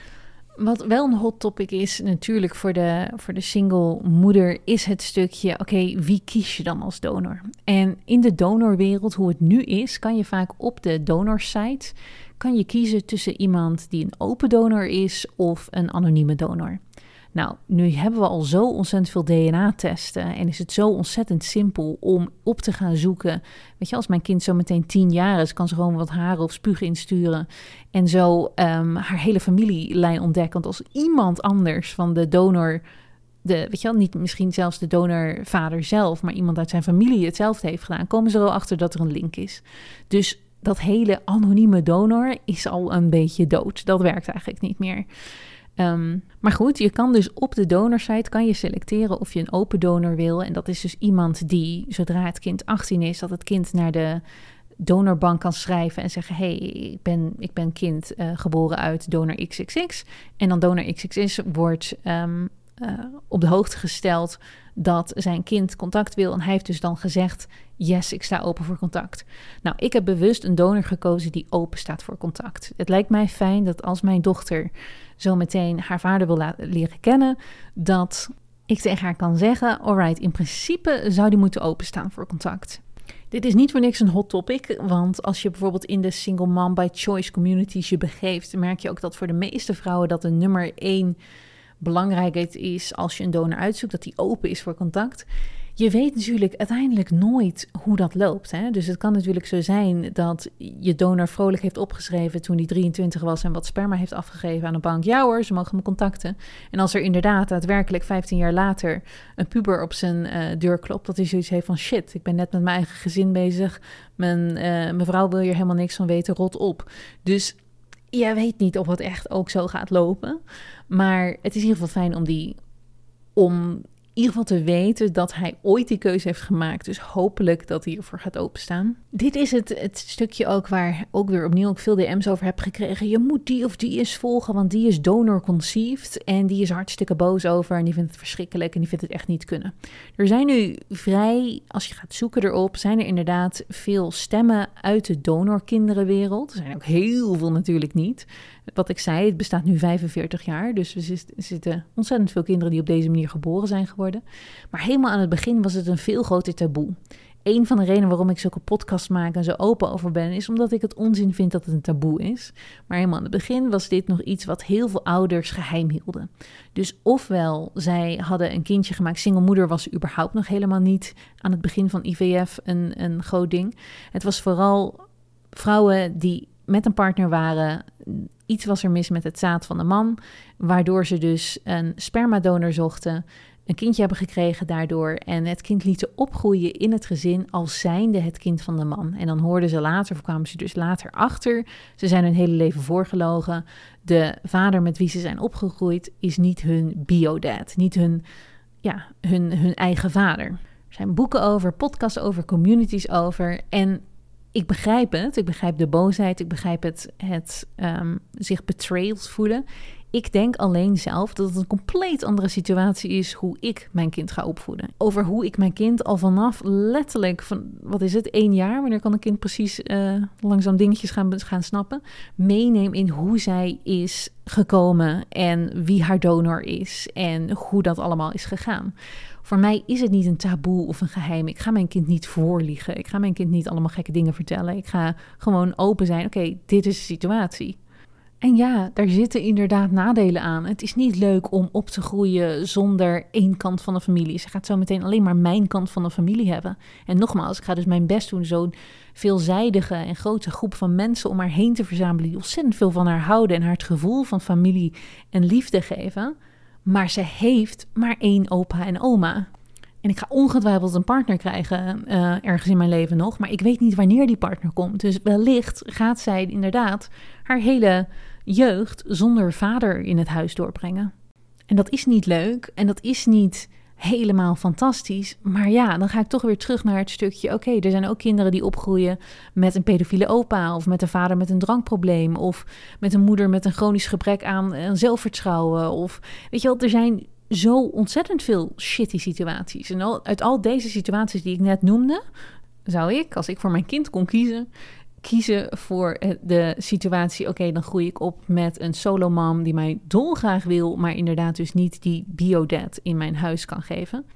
Wat wel een hot topic is natuurlijk voor de single moeder is het stukje, oké, wie kies je dan als donor? En in de donorwereld, hoe het nu is, kan je vaak op de donorsite kan je kiezen tussen iemand die een open donor is of een anonieme donor. Nou, nu hebben we al zo ontzettend veel DNA-testen en is het zo ontzettend simpel om op te gaan zoeken. Weet je, als mijn kind zo meteen 10 jaar is, kan ze gewoon wat haren of spuug insturen en zo haar hele familielijn ontdekken. Want als iemand anders van de donor, weet je wel, niet misschien zelfs de donorvader zelf, maar iemand uit zijn familie hetzelfde heeft gedaan, komen ze er al achter dat er een link is. Dus dat hele anonieme donor is al een beetje dood. Dat werkt eigenlijk niet meer. Maar goed, je kan dus op de donorsite kan je selecteren of je een open donor wil. En dat is dus iemand die, zodra het kind 18 is, dat het kind naar de donorbank kan schrijven en zeggen: hey, ik ben kind geboren uit donor XXX. En dan donor XXX wordt op de hoogte gesteld dat zijn kind contact wil. En hij heeft dus dan gezegd: yes, ik sta open voor contact. Nou, ik heb bewust een donor gekozen die open staat voor contact. Het lijkt mij fijn dat als mijn dochter zo meteen haar vader wil leren kennen, dat ik tegen haar kan zeggen: alright, in principe zou die moeten openstaan voor contact. Dit is niet voor niks een hot topic, want als je bijvoorbeeld in de single mom by choice communities je begeeft, merk je ook dat voor de meeste vrouwen dat de nummer 1 belangrijkheid is als je een donor uitzoekt, dat die open is voor contact. Je weet natuurlijk uiteindelijk nooit hoe dat loopt. Hè? Dus het kan natuurlijk zo zijn dat je donor vrolijk heeft opgeschreven toen hij 23 was en wat sperma heeft afgegeven aan een bank. Ja hoor, ze mogen me contacten. En als er inderdaad daadwerkelijk 15 jaar later een puber op zijn deur klopt, dat hij zoiets heeft van shit, ik ben net met mijn eigen gezin bezig. Mijn vrouw wil hier helemaal niks van weten, rot op. Dus jij weet niet of het echt ook zo gaat lopen. Maar het is in ieder geval fijn om in ieder geval te weten dat hij ooit die keuze heeft gemaakt. Dus hopelijk dat hij ervoor gaat openstaan. Dit is het stukje ook waar ook weer opnieuw veel DM's over heb gekregen. Je moet die of die eens volgen, want die is donor conceived. En die is hartstikke boos over en die vindt het verschrikkelijk en die vindt het echt niet kunnen. Er zijn nu als je gaat zoeken erop, zijn er inderdaad veel stemmen uit de donorkinderenwereld. Er zijn ook heel veel natuurlijk niet. Wat ik zei, het bestaat nu 45 jaar. Dus er zitten ontzettend veel kinderen die op deze manier geboren zijn geworden. Maar helemaal aan het begin was het een veel groter taboe. Een van de redenen waarom ik zulke podcasts maak en zo open over ben, is omdat ik het onzin vind dat het een taboe is. Maar helemaal aan het begin was dit nog iets wat heel veel ouders geheim hielden. Dus ofwel, zij hadden een kindje gemaakt. Singlemoeder was überhaupt nog helemaal niet aan het begin van IVF een groot ding. Het was vooral vrouwen die met een partner waren. Iets was er mis met het zaad van de man, waardoor ze dus een spermadonor zochten, een kindje hebben gekregen daardoor en het kind lieten opgroeien in het gezin als zijnde het kind van de man. En dan hoorden ze later, of kwamen ze dus later achter, ze zijn hun hele leven voorgelogen. De vader met wie ze zijn opgegroeid is niet hun biodad, niet hun eigen vader. Er zijn boeken over, podcasts over, communities over en ik begrijp het. Ik begrijp de boosheid. Ik begrijp het zich betrayed voelen. Ik denk alleen zelf dat het een compleet andere situatie is hoe ik mijn kind ga opvoeden. Over hoe ik mijn kind al vanaf letterlijk van, 1 jaar? Wanneer kan een kind precies langzaam dingetjes gaan snappen? Meeneem in hoe zij is gekomen en wie haar donor is en hoe dat allemaal is gegaan. Voor mij is het niet een taboe of een geheim. Ik ga mijn kind niet voorliegen. Ik ga mijn kind niet allemaal gekke dingen vertellen. Ik ga gewoon open zijn. Oké, dit is de situatie. En ja, daar zitten inderdaad nadelen aan. Het is niet leuk om op te groeien zonder één kant van de familie. Ze gaat zo meteen alleen maar mijn kant van de familie hebben. En nogmaals, ik ga dus mijn best doen zo'n veelzijdige en grote groep van mensen om haar heen te verzamelen die ontzettend veel van haar houden en haar het gevoel van familie en liefde geven. Maar ze heeft maar 1 opa en oma. En ik ga ongetwijfeld een partner krijgen ergens in mijn leven nog. Maar ik weet niet wanneer die partner komt. Dus wellicht gaat zij inderdaad haar hele jeugd zonder vader in het huis doorbrengen. En dat is niet leuk en dat is niet helemaal fantastisch. Maar ja, dan ga ik toch weer terug naar het stukje. Oké, er zijn ook kinderen die opgroeien met een pedofiele opa. Of met een vader met een drankprobleem. Of met een moeder met een chronisch gebrek aan zelfvertrouwen. Of weet je wel, er zijn zo ontzettend veel shitty situaties. En uit al deze situaties die ik net noemde, zou ik, als ik voor mijn kind kon kiezen voor de situatie, oké, dan groei ik op met een solo mom die mij dolgraag wil, maar inderdaad dus niet die biodad in mijn huis kan geven.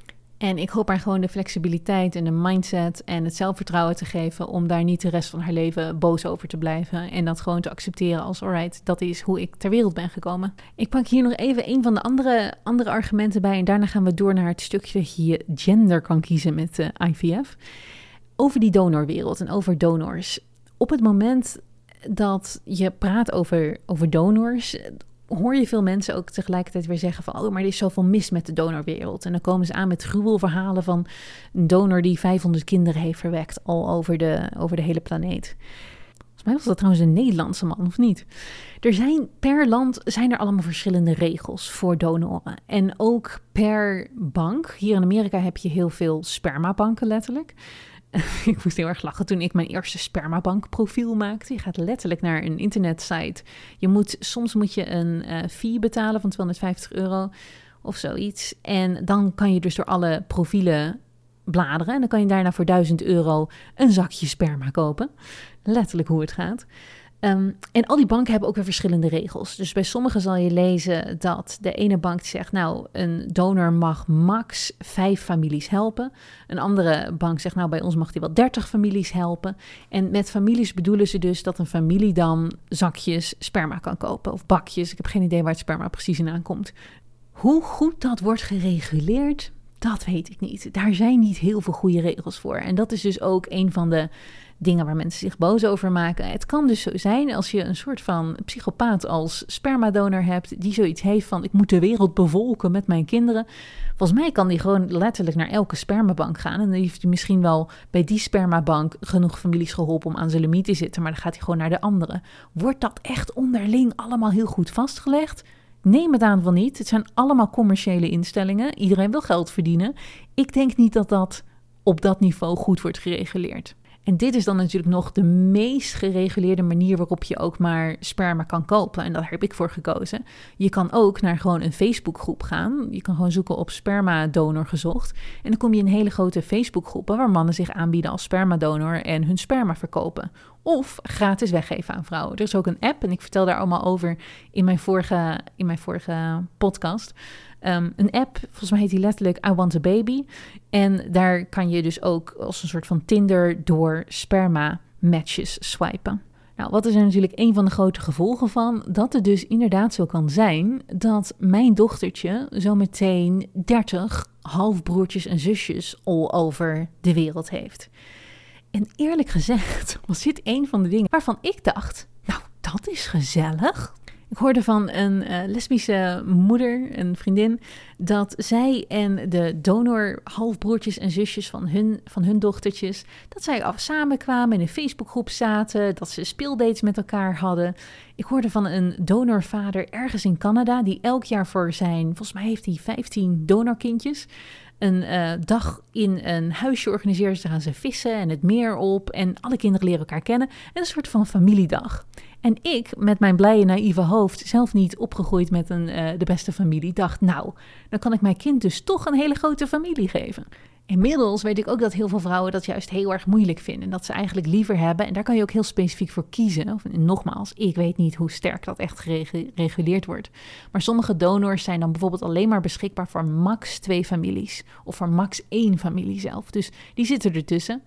En ik hoop haar gewoon de flexibiliteit en de mindset en het zelfvertrouwen te geven om daar niet de rest van haar leven boos over te blijven. En dat gewoon te accepteren als, alright, dat is hoe ik ter wereld ben gekomen. Ik pak hier nog even een van de andere argumenten bij en daarna gaan we door naar het stukje dat je gender kan kiezen met IVF. Over die donorwereld en over donors. Op het moment dat je praat over donors, hoor je veel mensen ook tegelijkertijd weer zeggen van, maar er is zoveel mis met de donorwereld. En dan komen ze aan met gruwelverhalen van een donor die 500 kinderen heeft verwekt al over de hele planeet. Volgens mij was dat trouwens een Nederlandse man, of niet? Per land zijn er allemaal verschillende regels voor donoren. En ook per bank. Hier in Amerika heb je heel veel spermabanken letterlijk. Ik moest heel erg lachen toen ik mijn eerste spermabankprofiel maakte. Je gaat letterlijk naar een internetsite. Soms moet je een fee betalen van €250 of zoiets. En dan kan je dus door alle profielen bladeren. En dan kan je daarna voor €1000 een zakje sperma kopen. Letterlijk hoe het gaat. En al die banken hebben ook weer verschillende regels. Dus bij sommige zal je lezen dat de ene bank zegt, een donor mag max 5 families helpen. Een andere bank zegt, bij ons mag die wel 30 families helpen. En met families bedoelen ze dus dat een familie dan zakjes sperma kan kopen of bakjes. Ik heb geen idee waar het sperma precies in aankomt. Hoe goed dat wordt gereguleerd, dat weet ik niet. Daar zijn niet heel veel goede regels voor. En dat is dus ook een van de dingen waar mensen zich boos over maken. Het kan dus zo zijn als je een soort van psychopaat als spermadonor hebt, die zoiets heeft van, ik moet de wereld bevolken met mijn kinderen. Volgens mij kan die gewoon letterlijk naar elke spermabank gaan. En dan heeft hij misschien wel bij die spermabank genoeg families geholpen om aan zijn limiet te zitten, maar dan gaat hij gewoon naar de andere. Wordt dat echt onderling allemaal heel goed vastgelegd? Neem het aan van niet. Het zijn allemaal commerciële instellingen. Iedereen wil geld verdienen. Ik denk niet dat dat op dat niveau goed wordt gereguleerd. En dit is dan natuurlijk nog de meest gereguleerde manier waarop je ook maar sperma kan kopen. En daar heb ik voor gekozen. Je kan ook naar gewoon een Facebookgroep gaan. Je kan gewoon zoeken op spermadonor gezocht. En dan kom je in hele grote Facebookgroepen waar mannen zich aanbieden als spermadonor en hun sperma verkopen. Of gratis weggeven aan vrouwen. Er is ook een app en ik vertel daar allemaal over in mijn vorige podcast. Een app, volgens mij heet die letterlijk I Want a Baby. En daar kan je dus ook als een soort van Tinder door sperma matches swipen. Nou, wat is er natuurlijk een van de grote gevolgen van? Dat het dus inderdaad zo kan zijn dat mijn dochtertje zometeen 30 halfbroertjes en zusjes all over de wereld heeft. En eerlijk gezegd was dit een van de dingen waarvan ik dacht, dat is gezellig. Ik hoorde van een lesbische moeder, een vriendin, dat zij en de donor halfbroertjes en zusjes van hun dochtertjes, dat zij samenkwamen in een Facebookgroep zaten, dat ze speeldates met elkaar hadden. Ik hoorde van een donorvader ergens in Canada, die elk jaar voor volgens mij heeft hij 15 donorkindjes, een dag in een huisje organiseren. Ze gaan ze vissen en het meer op en alle kinderen leren elkaar kennen. En een soort van familiedag. En ik, met mijn blije, naïeve hoofd, zelf niet opgegroeid met de beste familie, dacht, dan kan ik mijn kind dus toch een hele grote familie geven. Inmiddels weet ik ook dat heel veel vrouwen dat juist heel erg moeilijk vinden. Dat ze eigenlijk liever hebben, en daar kan je ook heel specifiek voor kiezen. Nogmaals, ik weet niet hoe sterk dat echt gereguleerd wordt. Maar sommige donors zijn dan bijvoorbeeld alleen maar beschikbaar voor max 2 families. Of voor max 1 familie zelf. Dus die zitten ertussen.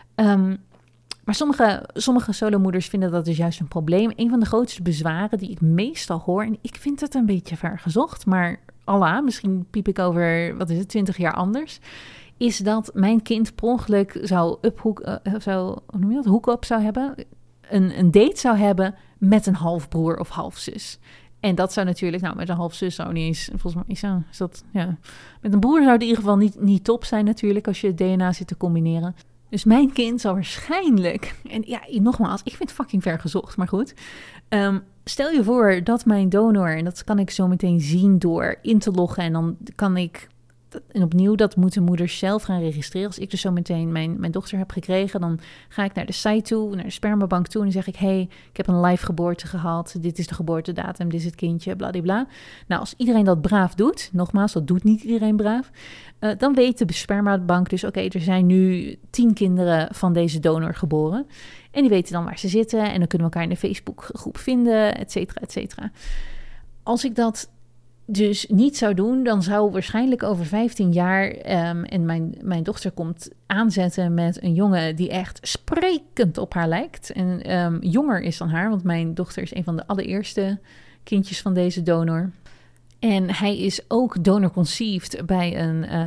Maar sommige solomoeders vinden dat dus juist een probleem. Een van de grootste bezwaren die ik meestal hoor, en ik vind het een beetje ver gezocht, maar Allah, misschien piep ik over, 20 jaar anders, is dat mijn kind per ongeluk hook-up zou hebben, een date zou hebben met een halfbroer of halfzus. En dat zou natuurlijk, met een halfzus zou niet eens, volgens mij is dat, ja. Met een broer zou het in ieder geval niet top zijn natuurlijk, als je het DNA zit te combineren. Dus mijn kind zal waarschijnlijk, en ja, nogmaals, ik vind het fucking ver gezocht, maar goed. Stel je voor dat mijn donor, en dat kan ik zo meteen zien door in te loggen, en dan kan ik, en opnieuw, dat moeten moeders zelf gaan registreren. Als ik dus zo meteen mijn dochter heb gekregen, dan ga ik naar de site toe, naar de spermabank toe, en dan zeg ik, hey, ik heb een live geboorte gehad, dit is de geboortedatum, dit is het kindje, bladibla. Nou, als iedereen dat braaf doet, nogmaals, dat doet niet iedereen braaf, dan weet de spermabank dus, oké, er zijn nu 10 kinderen van deze donor geboren. En die weten dan waar ze zitten, en dan kunnen we elkaar in de Facebookgroep vinden, et cetera, et cetera. Als ik dat dus niet zou doen, dan zou waarschijnlijk over 15 jaar... en mijn dochter komt aanzetten met een jongen die echt sprekend op haar lijkt. En jonger is dan haar, want mijn dochter is een van de allereerste kindjes van deze donor. En hij is ook donor conceived bij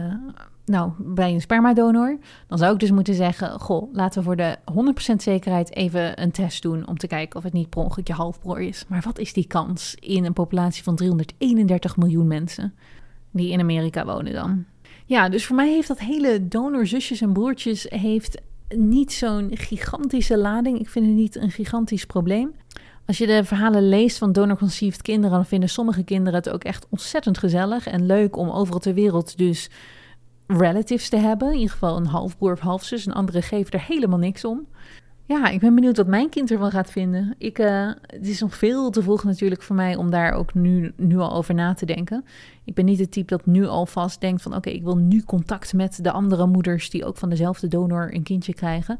een spermadonor. Dan zou ik dus moeten zeggen, goh, laten we voor de 100% zekerheid even een test doen om te kijken of het niet per ongeluk je halfbroer is. Maar wat is die kans in een populatie van 331 miljoen mensen die in Amerika wonen dan? Ja, dus voor mij heeft dat hele donorzusjes en broertjes heeft niet zo'n gigantische lading. Ik vind het niet een gigantisch probleem. Als je de verhalen leest van donor-conceived kinderen, dan vinden sommige kinderen het ook echt ontzettend gezellig en leuk om overal ter wereld dus relatives te hebben. In ieder geval een halfbroer of halfzus. En anderen geven er helemaal niks om. Ja, ik ben benieuwd wat mijn kind ervan gaat vinden. Het is nog veel te vroeg natuurlijk voor mij om daar ook nu al over na te denken. Ik ben niet het type dat nu alvast denkt van oké, ik wil nu contact met de andere moeders die ook van dezelfde donor een kindje krijgen.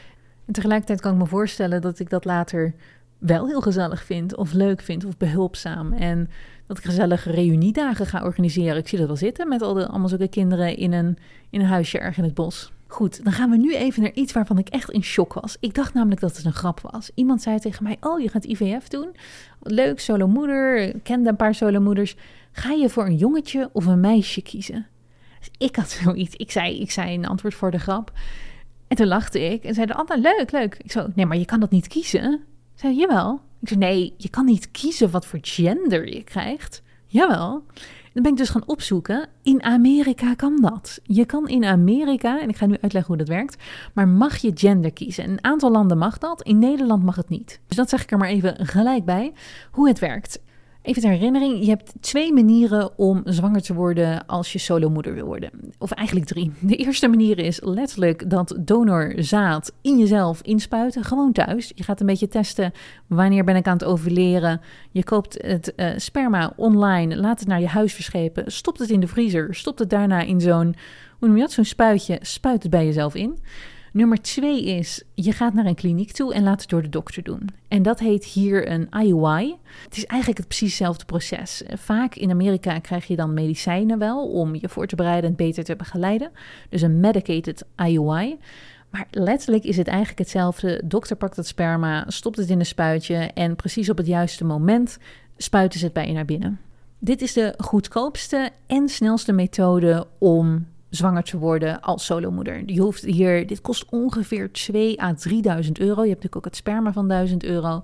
En tegelijkertijd kan ik me voorstellen dat ik dat later wel heel gezellig vind of leuk vind of behulpzaam. En dat ik gezellige reuniedagen ga organiseren. Ik zie dat wel zitten met allemaal zulke kinderen in een huisje erg in het bos. Goed, dan gaan we nu even naar iets waarvan ik echt in shock was. Ik dacht namelijk dat het een grap was. Iemand zei tegen mij, oh, je gaat IVF doen? Leuk, solomoeder, ik kende een paar solomoeders. Ga je voor een jongetje of een meisje kiezen? Dus ik had zoiets. Ik zei een antwoord voor de grap. En toen lachte ik en zei de ander, leuk. Ik zo, nee, maar je kan dat niet kiezen. Ik zei, jawel. Ik zei, nee, je kan niet kiezen wat voor gender je krijgt. Jawel. Dan ben ik dus gaan opzoeken. In Amerika kan dat. Je kan in Amerika, en ik ga nu uitleggen hoe dat werkt, maar mag je gender kiezen. In een aantal landen mag dat, in Nederland mag het niet. Dus dat zeg ik er maar even gelijk bij, hoe het werkt. Even ter herinnering, je hebt 2 manieren om zwanger te worden als je solomoeder wil worden. Of eigenlijk 3. De eerste manier is letterlijk dat donorzaad in jezelf inspuiten, gewoon thuis. Je gaat een beetje testen, wanneer ben ik aan het ovuleren. Je koopt het sperma online, laat het naar je huis verschepen, stopt het in de vriezer, stopt het daarna in zo'n spuitje, spuit het bij jezelf in. Nummer 2 is, je gaat naar een kliniek toe en laat het door de dokter doen. En dat heet hier een IUI. Het is eigenlijk precies hetzelfde proces. Vaak in Amerika krijg je dan medicijnen wel om je voor te bereiden en beter te begeleiden. Dus een medicated IUI. Maar letterlijk is het eigenlijk hetzelfde. De dokter pakt het sperma, stopt het in een spuitje en precies op het juiste moment spuiten ze het bij je naar binnen. Dit is de goedkoopste en snelste methode om zwanger te worden als solomoeder. Dit kost ongeveer 2.000 à 3.000 euro. Je hebt natuurlijk ook het sperma van €1.000.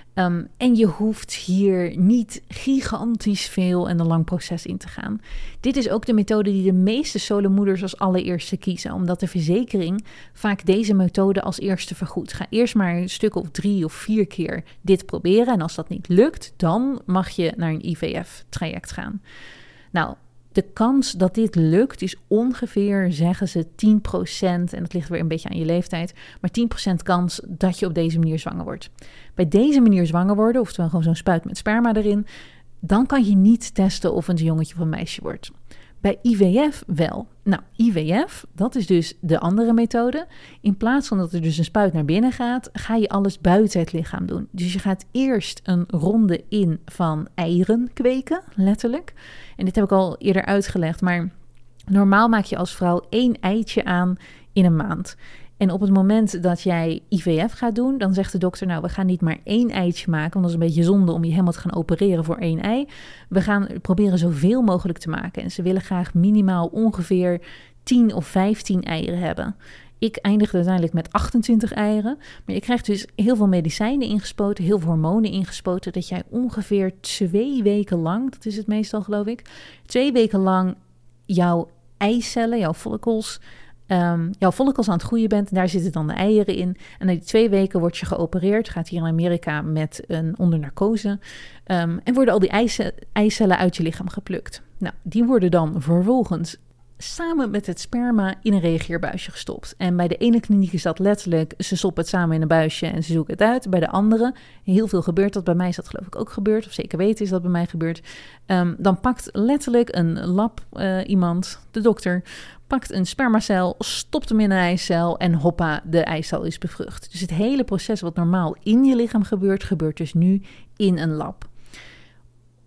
En je hoeft hier niet gigantisch veel en een lang proces in te gaan. Dit is ook de methode die de meeste solomoeders als allereerste kiezen, omdat de verzekering vaak deze methode als eerste vergoedt. Ga eerst maar een stuk of 3 of 4 keer dit proberen en als dat niet lukt, dan mag je naar een IVF-traject gaan. Nou, de kans dat dit lukt is ongeveer, zeggen ze, 10%. En dat ligt weer een beetje aan je leeftijd. Maar 10% kans dat je op deze manier zwanger wordt. Bij deze manier zwanger worden, oftewel gewoon zo'n spuit met sperma erin, dan kan je niet testen of het een jongetje of een meisje wordt. Bij IVF wel. Nou, IVF, dat is dus de andere methode. In plaats van dat er dus een spuit naar binnen gaat, ga je alles buiten het lichaam doen. Dus je gaat eerst een ronde in van eieren kweken, letterlijk. En dit heb ik al eerder uitgelegd, maar normaal maak je als vrouw 1 eitje aan in een maand. En op het moment dat jij IVF gaat doen, dan zegt de dokter, nou, we gaan niet maar 1 eitje maken, want dat is een beetje zonde om je helemaal te gaan opereren voor 1 ei. We gaan proberen zoveel mogelijk te maken. En ze willen graag minimaal ongeveer 10 of 15 eieren hebben. Ik eindigde uiteindelijk met 28 eieren. Maar je krijgt dus heel veel medicijnen ingespoten, heel veel hormonen ingespoten, dat jij ongeveer 2 weken lang, dat is het meestal geloof ik, 2 weken lang jouw eicellen, jouw follicles aan het groeien bent. En daar zitten dan de eieren in. En na die 2 weken word je geopereerd. Gaat hier in Amerika onder narcose. En worden al die eicellen uit je lichaam geplukt. Nou, die worden dan vervolgens samen met het sperma in een reageerbuisje gestopt. En bij de ene kliniek is dat letterlijk, ze stoppen het samen in een buisje en ze zoeken het uit. Bij de andere, heel veel gebeurt dat. Bij mij is dat geloof ik ook gebeurd, of zeker weten is dat bij mij gebeurd. Dan pakt letterlijk een lab iemand, de dokter, pakt een spermacel, stopt hem in een eicel en hoppa, de eicel is bevrucht. Dus het hele proces wat normaal in je lichaam gebeurt, gebeurt dus nu in een lab.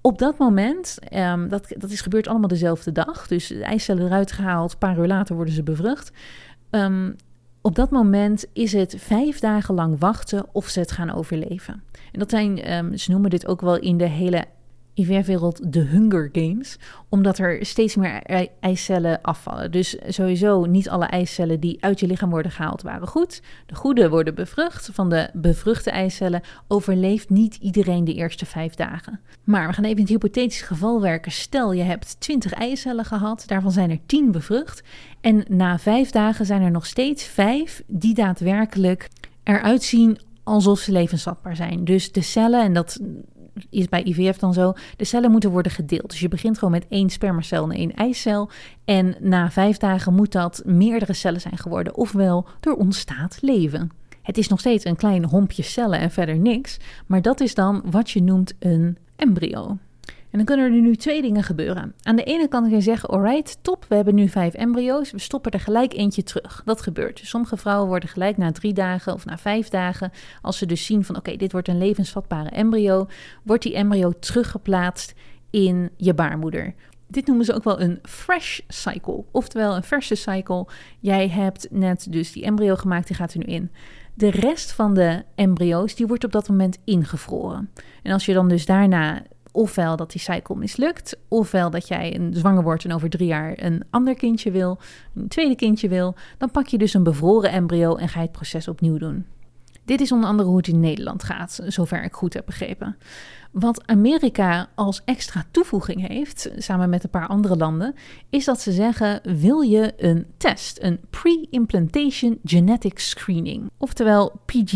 Op dat moment, dat is gebeurd allemaal dezelfde dag. Dus de eicellen eruit gehaald, een paar uur later worden ze bevrucht. Op dat moment is het 5 dagen lang wachten of ze het gaan overleven. En dat zijn, ze noemen dit ook wel in de hele IVF-wereld de Hunger Games, omdat er steeds meer eicellen afvallen. Dus sowieso niet alle eicellen die uit je lichaam worden gehaald waren goed. De goede worden bevrucht. Van de bevruchte eicellen overleeft niet iedereen de eerste 5 dagen. Maar we gaan even in het hypothetische geval werken. Stel je hebt 20 eicellen gehad, daarvan zijn er 10 bevrucht. En na 5 dagen zijn er nog steeds 5 die daadwerkelijk eruit zien alsof ze levensvatbaar zijn. Dus de cellen, en dat is bij IVF dan zo, de cellen moeten worden gedeeld. Dus je begint gewoon met 1 spermacel en 1 eicel. En na 5 dagen moet dat meerdere cellen zijn geworden. Ofwel, er ontstaat leven. Het is nog steeds een klein hompje cellen en verder niks. Maar dat is dan wat je noemt een embryo. En dan kunnen er nu 2 dingen gebeuren. Aan de ene kant kun je zeggen, alright, top, we hebben nu 5 embryo's. We stoppen er gelijk eentje terug. Dat gebeurt. Dus sommige vrouwen worden gelijk na 3 dagen of na 5 dagen, als ze dus zien van oké, dit wordt een levensvatbare embryo, wordt die embryo teruggeplaatst in je baarmoeder. Dit noemen ze ook wel een fresh cycle, oftewel een verse cycle. Jij hebt net dus die embryo gemaakt, die gaat er nu in. De rest van de embryo's, die wordt op dat moment ingevroren. En als je dan dus daarna ofwel dat die cycle mislukt, ofwel dat jij zwanger wordt en over 3 jaar een ander kindje wil, een tweede kindje wil, dan pak je dus een bevroren embryo en ga je het proces opnieuw doen. Dit is onder andere hoe het in Nederland gaat, zover ik goed heb begrepen. Wat Amerika als extra toevoeging heeft, samen met een paar andere landen, is dat ze zeggen, wil je een test, een Pre-Implantation Genetic Screening, oftewel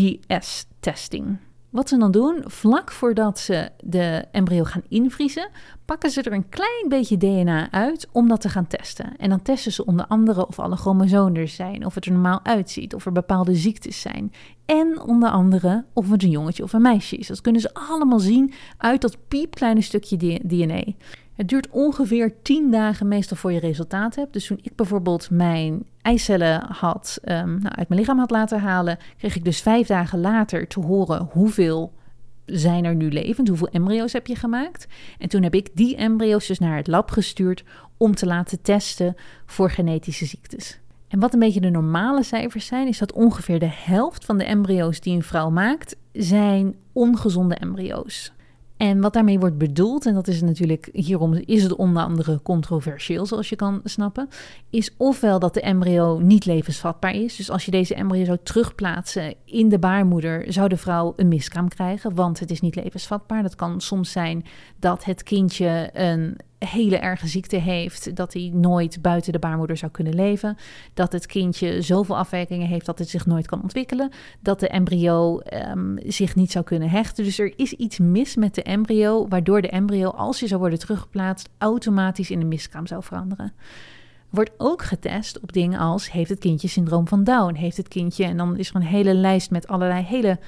PGS-testing. Wat ze dan doen, vlak voordat ze de embryo gaan invriezen, pakken ze er een klein beetje DNA uit om dat te gaan testen. En dan testen ze onder andere of alle chromosomen er zijn, of het er normaal uitziet, of er bepaalde ziektes zijn. En onder andere of het een jongetje of een meisje is. Dat kunnen ze allemaal zien uit dat piepkleine stukje DNA. Het duurt ongeveer 10 dagen meestal voor je resultaat hebt. Dus toen ik bijvoorbeeld mijn eicellen uit mijn lichaam had laten halen, kreeg ik dus 5 dagen later te horen hoeveel zijn er nu levend, hoeveel embryo's heb je gemaakt. En toen heb ik die embryo's dus naar het lab gestuurd om te laten testen voor genetische ziektes. En wat een beetje de normale cijfers zijn, is dat ongeveer de helft van de embryo's die een vrouw maakt, zijn ongezonde embryo's. En wat daarmee wordt bedoeld, en dat is natuurlijk, hierom is het onder andere controversieel, zoals je kan snappen, is ofwel dat de embryo niet levensvatbaar is. Dus als je deze embryo zou terugplaatsen in de baarmoeder, zou de vrouw een miskraam krijgen, want het is niet levensvatbaar. Dat kan soms zijn dat het kindje een hele erge ziekte heeft, dat hij nooit buiten de baarmoeder zou kunnen leven, dat het kindje zoveel afwijkingen heeft dat het zich nooit kan ontwikkelen, dat de embryo zich niet zou kunnen hechten. Dus er is iets mis met de embryo, waardoor de embryo, als hij zou worden teruggeplaatst, automatisch in een miskraam zou veranderen. Wordt ook getest op dingen als, heeft het kindje syndroom van Down? Heeft het kindje, en dan is er een hele lijst met allerlei hele,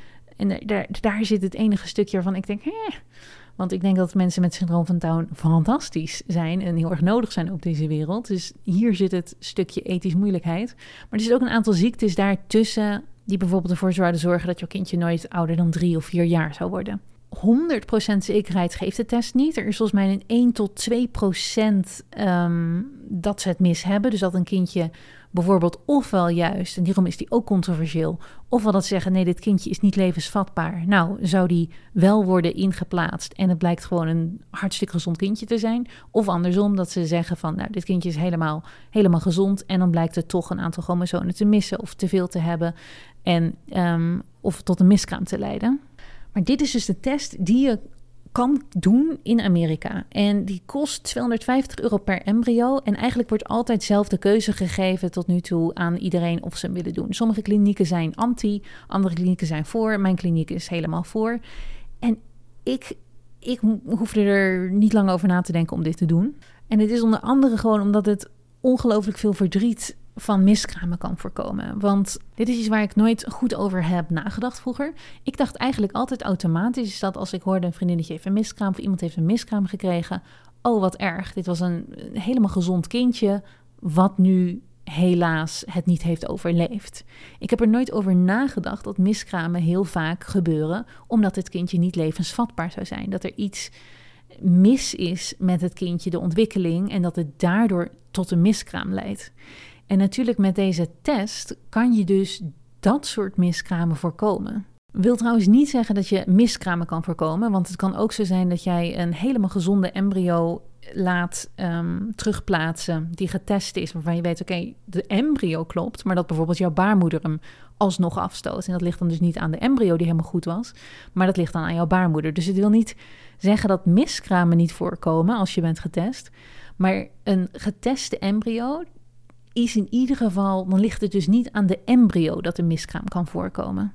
en daar zit het enige stukje waarvan ik denk, want ik denk dat mensen met syndroom van Down fantastisch zijn en heel erg nodig zijn op deze wereld. Dus hier zit het stukje ethisch moeilijkheid. Maar er zit ook een aantal ziektes daartussen die bijvoorbeeld ervoor zouden zorgen dat jouw kindje nooit ouder dan 3 of 4 jaar zou worden. 100% zekerheid geeft de test niet. Er is volgens mij een 1 tot 2% dat ze het mis hebben. Dus dat een kindje bijvoorbeeld ofwel juist, en hierom is die ook controversieel, ofwel dat zeggen, nee, dit kindje is niet levensvatbaar. Nou, zou die wel worden ingeplaatst en het blijkt gewoon een hartstikke gezond kindje te zijn. Of andersom, dat ze zeggen van, nou, dit kindje is helemaal gezond en dan blijkt het toch een aantal chromosomen te missen of te veel te hebben en of tot een miskraam te leiden. Maar dit is dus de test die je kan doen in Amerika. En die kost €250 per embryo. En eigenlijk wordt altijd zelf de keuze gegeven tot nu toe aan iedereen of ze hem willen doen. Sommige klinieken zijn anti, andere klinieken zijn voor. Mijn kliniek is helemaal voor. En ik hoefde er niet lang over na te denken om dit te doen. En het is onder andere gewoon omdat het ongelooflijk veel verdriet van miskramen kan voorkomen. Want dit is iets waar ik nooit goed over heb nagedacht vroeger. Ik dacht eigenlijk altijd automatisch dat als ik hoorde een vriendinnetje heeft een miskraam of iemand heeft een miskraam gekregen, oh wat erg, dit was een helemaal gezond kindje wat nu helaas het niet heeft overleefd. Ik heb er nooit over nagedacht dat miskramen heel vaak gebeuren omdat het kindje niet levensvatbaar zou zijn. Dat er iets mis is met het kindje, de ontwikkeling, en dat het daardoor tot een miskraam leidt. En natuurlijk met deze test kan je dus dat soort miskramen voorkomen. Wil trouwens niet zeggen dat je miskramen kan voorkomen, want het kan ook zo zijn dat jij een helemaal gezonde embryo laat terugplaatsen die getest is, waarvan je weet, oké, de embryo klopt, maar dat bijvoorbeeld jouw baarmoeder hem alsnog afstoot. En dat ligt dan dus niet aan de embryo die helemaal goed was, maar dat ligt dan aan jouw baarmoeder. Dus het wil niet zeggen dat miskramen niet voorkomen als je bent getest, maar een geteste embryo is in ieder geval, dan ligt het dus niet aan de embryo dat een miskraam kan voorkomen.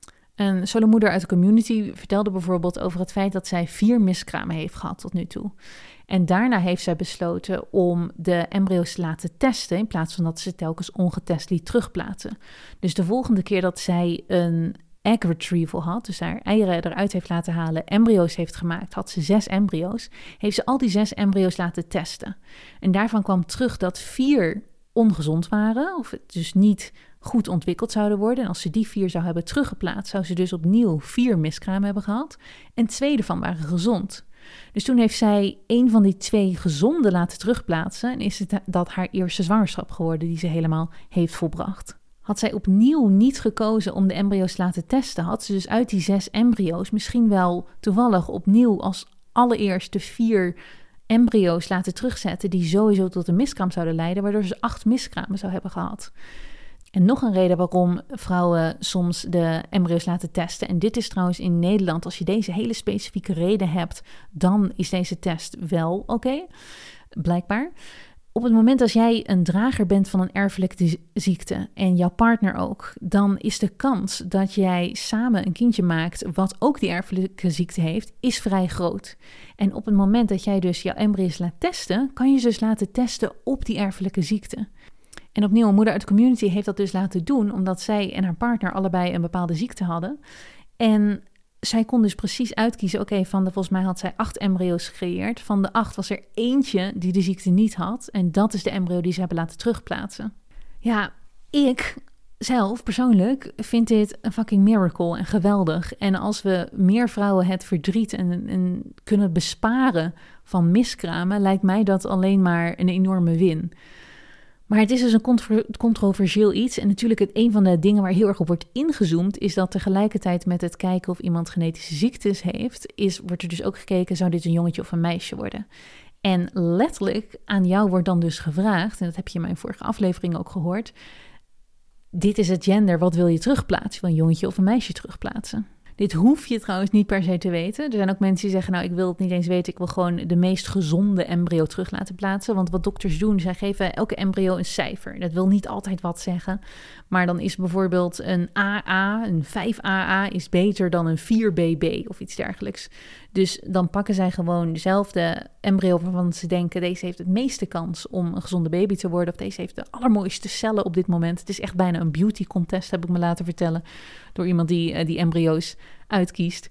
Een solomoeder uit de community vertelde bijvoorbeeld over het feit dat zij 4 miskramen heeft gehad tot nu toe. En daarna heeft zij besloten om de embryo's te laten testen, in plaats van dat ze telkens ongetest liet terugplaatsen. Dus de volgende keer dat zij een egg retrieval had, dus haar eieren eruit heeft laten halen, embryo's heeft gemaakt, had ze 6 embryo's, heeft ze al die 6 embryo's laten testen. En daarvan kwam terug dat 4 ongezond waren, of het dus niet goed ontwikkeld zouden worden. En als ze die 4 zou hebben teruggeplaatst, zou ze dus opnieuw 4 miskramen hebben gehad. En 2 ervan waren gezond. Dus toen heeft zij 1 van die 2 gezonde laten terugplaatsen. En is het dat haar eerste zwangerschap geworden die ze helemaal heeft volbracht. Had zij opnieuw niet gekozen om de embryo's te laten testen, had ze dus uit die 6 embryo's misschien wel toevallig opnieuw als allereerste 4 embryo's laten terugzetten die sowieso tot een miskraam zouden leiden, waardoor ze 8 miskramen zou hebben gehad. En nog een reden waarom vrouwen soms de embryo's laten testen, en dit is trouwens in Nederland, als je deze hele specifieke reden hebt, dan is deze test wel oké, blijkbaar. Op het moment als jij een drager bent van een erfelijke ziekte en jouw partner ook, dan is de kans dat jij samen een kindje maakt wat ook die erfelijke ziekte heeft, is vrij groot. En op het moment dat jij dus jouw embryo's laat testen, kan je ze dus laten testen op die erfelijke ziekte. En opnieuw, een moeder uit de community heeft dat dus laten doen, omdat zij en haar partner allebei een bepaalde ziekte hadden. En zij kon dus precies uitkiezen, volgens mij had zij 8 embryo's gecreëerd. Van de 8 was er eentje die de ziekte niet had. En dat is de embryo die ze hebben laten terugplaatsen. Ja, ik zelf persoonlijk vind dit een fucking miracle en geweldig. En als we meer vrouwen het verdriet en kunnen besparen van miskramen, lijkt mij dat alleen maar een enorme win. Maar het is dus een controversieel iets. En natuurlijk een van de dingen waar heel erg op wordt ingezoomd, is dat tegelijkertijd met het kijken of iemand genetische ziektes heeft, wordt er dus ook gekeken, zou dit een jongetje of een meisje worden? En letterlijk aan jou wordt dan dus gevraagd, en dat heb je in mijn vorige aflevering ook gehoord, dit is het gender, wat wil je terugplaatsen? Wil een jongetje of een meisje terugplaatsen? Dit hoef je trouwens niet per se te weten. Er zijn ook mensen die zeggen, ik wil het niet eens weten. Ik wil gewoon de meest gezonde embryo terug laten plaatsen. Want wat dokters doen, zij geven elke embryo een cijfer. Dat wil niet altijd wat zeggen. Maar dan is bijvoorbeeld een AA, een 5AA, is beter dan een 4BB of iets dergelijks. Dus dan pakken zij gewoon dezelfde embryo waarvan ze denken, deze heeft het meeste kans om een gezonde baby te worden. Of deze heeft de allermooiste cellen op dit moment. Het is echt bijna een beauty contest, heb ik me laten vertellen, door iemand die embryo's uitkiest.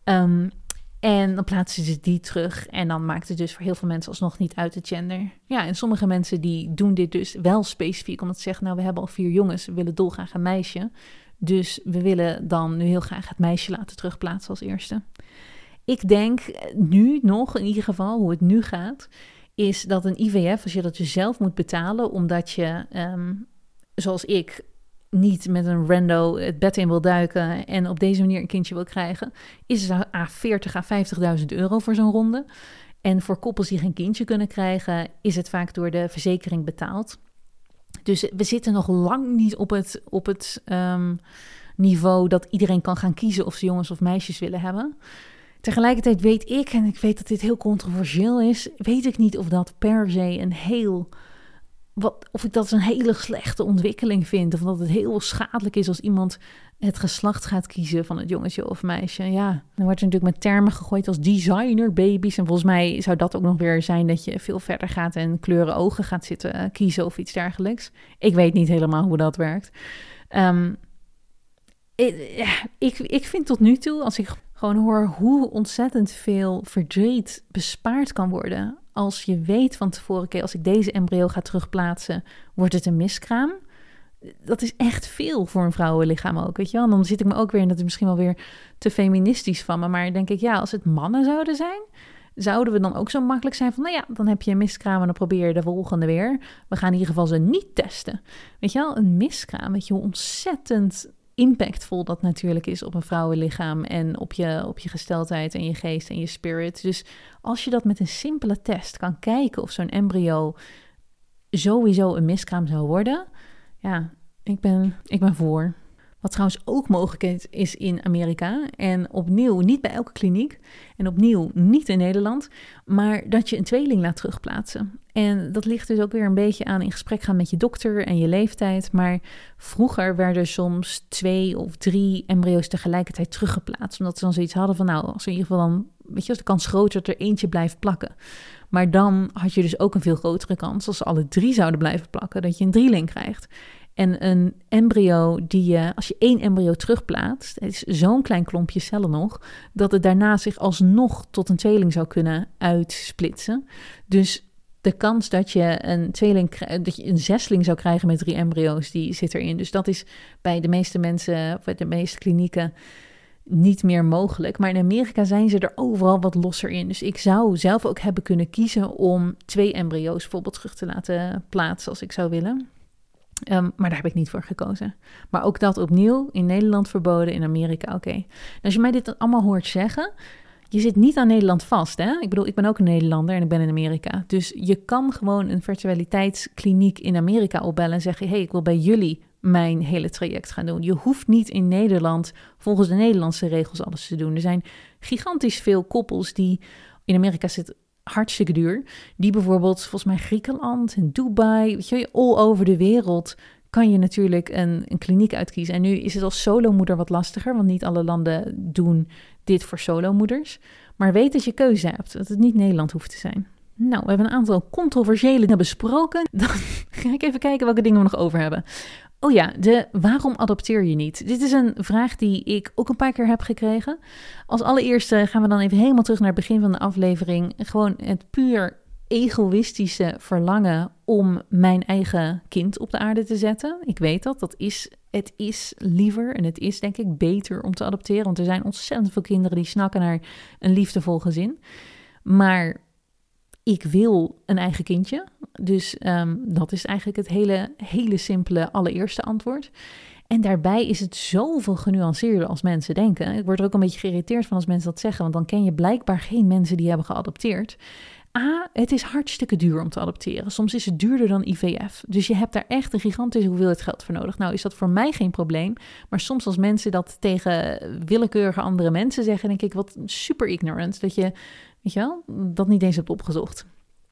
En dan plaatsen ze die terug en dan maakt het dus voor heel veel mensen alsnog niet uit het gender. Ja, en sommige mensen die doen dit dus wel specifiek, omdat ze zeggen, we hebben al 4 jongens, we willen dolgraag een meisje. Dus we willen dan nu heel graag het meisje laten terugplaatsen als eerste. Ik denk nu nog, in ieder geval, hoe het nu gaat, is dat een IVF, als je dat dus zelf moet betalen, omdat je, zoals ik, niet met een rando het bed in wil duiken en op deze manier een kindje wil krijgen, is het 40.000 à 50.000 euro voor zo'n ronde. En voor koppels die geen kindje kunnen krijgen, is het vaak door de verzekering betaald. Dus we zitten nog lang niet op het niveau dat iedereen kan gaan kiezen of ze jongens of meisjes willen hebben. Tegelijkertijd weet ik, en ik weet dat dit heel controversieel is, weet ik niet of dat per se of ik dat een hele slechte ontwikkeling vind. Of dat het heel schadelijk is als iemand het geslacht gaat kiezen van het jongetje of meisje. Ja, dan wordt er natuurlijk met termen gegooid als designer baby's. En volgens mij zou dat ook nog weer zijn dat je veel verder gaat en kleuren ogen gaat zitten kiezen of iets dergelijks. Ik weet niet helemaal hoe dat werkt. Ik vind tot nu toe, als ik gewoon hoor hoe ontzettend veel verdriet bespaard kan worden als je weet van tevoren, als ik deze embryo ga terugplaatsen, wordt het een miskraam. Dat is echt veel voor een vrouwenlichaam ook, weet je wel. En dan zit ik me ook weer, en dat is misschien wel weer te feministisch van me, maar denk ik, als het mannen zouden zijn, zouden we dan ook zo makkelijk zijn van, nou ja, dan heb je een miskraam en dan probeer je de volgende weer. We gaan in ieder geval ze niet testen. Weet je wel, een miskraam, weet je hoe ontzettend impactvol dat natuurlijk is op een vrouwenlichaam en op je gesteldheid en je geest en je spirit. Dus als je dat met een simpele test kan kijken of zo'n embryo sowieso een miskraam zou worden, ja, ik ben voor. Wat trouwens ook mogelijk is in Amerika en opnieuw niet bij elke kliniek en opnieuw niet in Nederland, maar dat je een tweeling laat terugplaatsen. En dat ligt dus ook weer een beetje aan in gesprek gaan met je dokter en je leeftijd. Maar vroeger werden soms 2 of 3 embryo's tegelijkertijd teruggeplaatst. Omdat ze dan zoiets hadden van, nou, als in ieder geval dan, weet je, als de kans groter dat er eentje blijft plakken. Maar dan had je dus ook een veel grotere kans, als ze alle 3 zouden blijven plakken, dat je een drieling krijgt. En een embryo als je 1 embryo terugplaatst, het is zo'n klein klompje cellen nog, dat het daarna zich alsnog tot een tweeling zou kunnen uitsplitsen. Dus de kans dat je een zesling zou krijgen met 3 embryo's, die zit erin. Dus dat is bij de meeste mensen, of bij de meeste klinieken, niet meer mogelijk. Maar in Amerika zijn ze er overal wat losser in. Dus ik zou zelf ook hebben kunnen kiezen om 2 embryo's bijvoorbeeld terug te laten plaatsen als ik zou willen. Maar daar heb ik niet voor gekozen. Maar ook dat opnieuw in Nederland verboden, in Amerika oké. En als je mij dit allemaal hoort zeggen, je zit niet aan Nederland vast, hè? Ik bedoel, ik ben ook een Nederlander en ik ben in Amerika. Dus je kan gewoon een fertiliteitskliniek in Amerika opbellen en zeggen, hey, ik wil bij jullie mijn hele traject gaan doen. Je hoeft niet in Nederland volgens de Nederlandse regels alles te doen. Er zijn gigantisch veel koppels die in Amerika zitten, hartstikke duur, die bijvoorbeeld volgens mij Griekenland en Dubai, weet je, all over de wereld kan je natuurlijk een kliniek uitkiezen. En nu is het als solomoeder wat lastiger, want niet alle landen doen dit voor solomoeders. Maar weet dat je keuze hebt, dat het niet Nederland hoeft te zijn. Nou, we hebben een aantal controversiële dingen besproken. Dan ga ik even kijken welke dingen we nog over hebben. Oh ja, waarom adopteer je niet? Dit is een vraag die ik ook een paar keer heb gekregen. Als allereerste gaan we dan even helemaal terug naar het begin van de aflevering. Gewoon het puur egoïstische verlangen om mijn eigen kind op de aarde te zetten. Ik weet het is liever en het is denk ik beter om te adopteren. Want er zijn ontzettend veel kinderen die snakken naar een liefdevol gezin. Maar ik wil een eigen kindje. Dus dat is eigenlijk het hele simpele allereerste antwoord. En daarbij is het zoveel genuanceerder als mensen denken. Ik word er ook een beetje geïrriteerd van als mensen dat zeggen. Want dan ken je blijkbaar geen mensen die hebben geadopteerd. Het is hartstikke duur om te adopteren. Soms is het duurder dan IVF. Dus je hebt daar echt een gigantische hoeveelheid geld voor nodig. Nou is dat voor mij geen probleem. Maar soms als mensen dat tegen willekeurige andere mensen zeggen, denk ik wat super ignorant. Dat je, weet je wel, dat niet eens hebt opgezocht.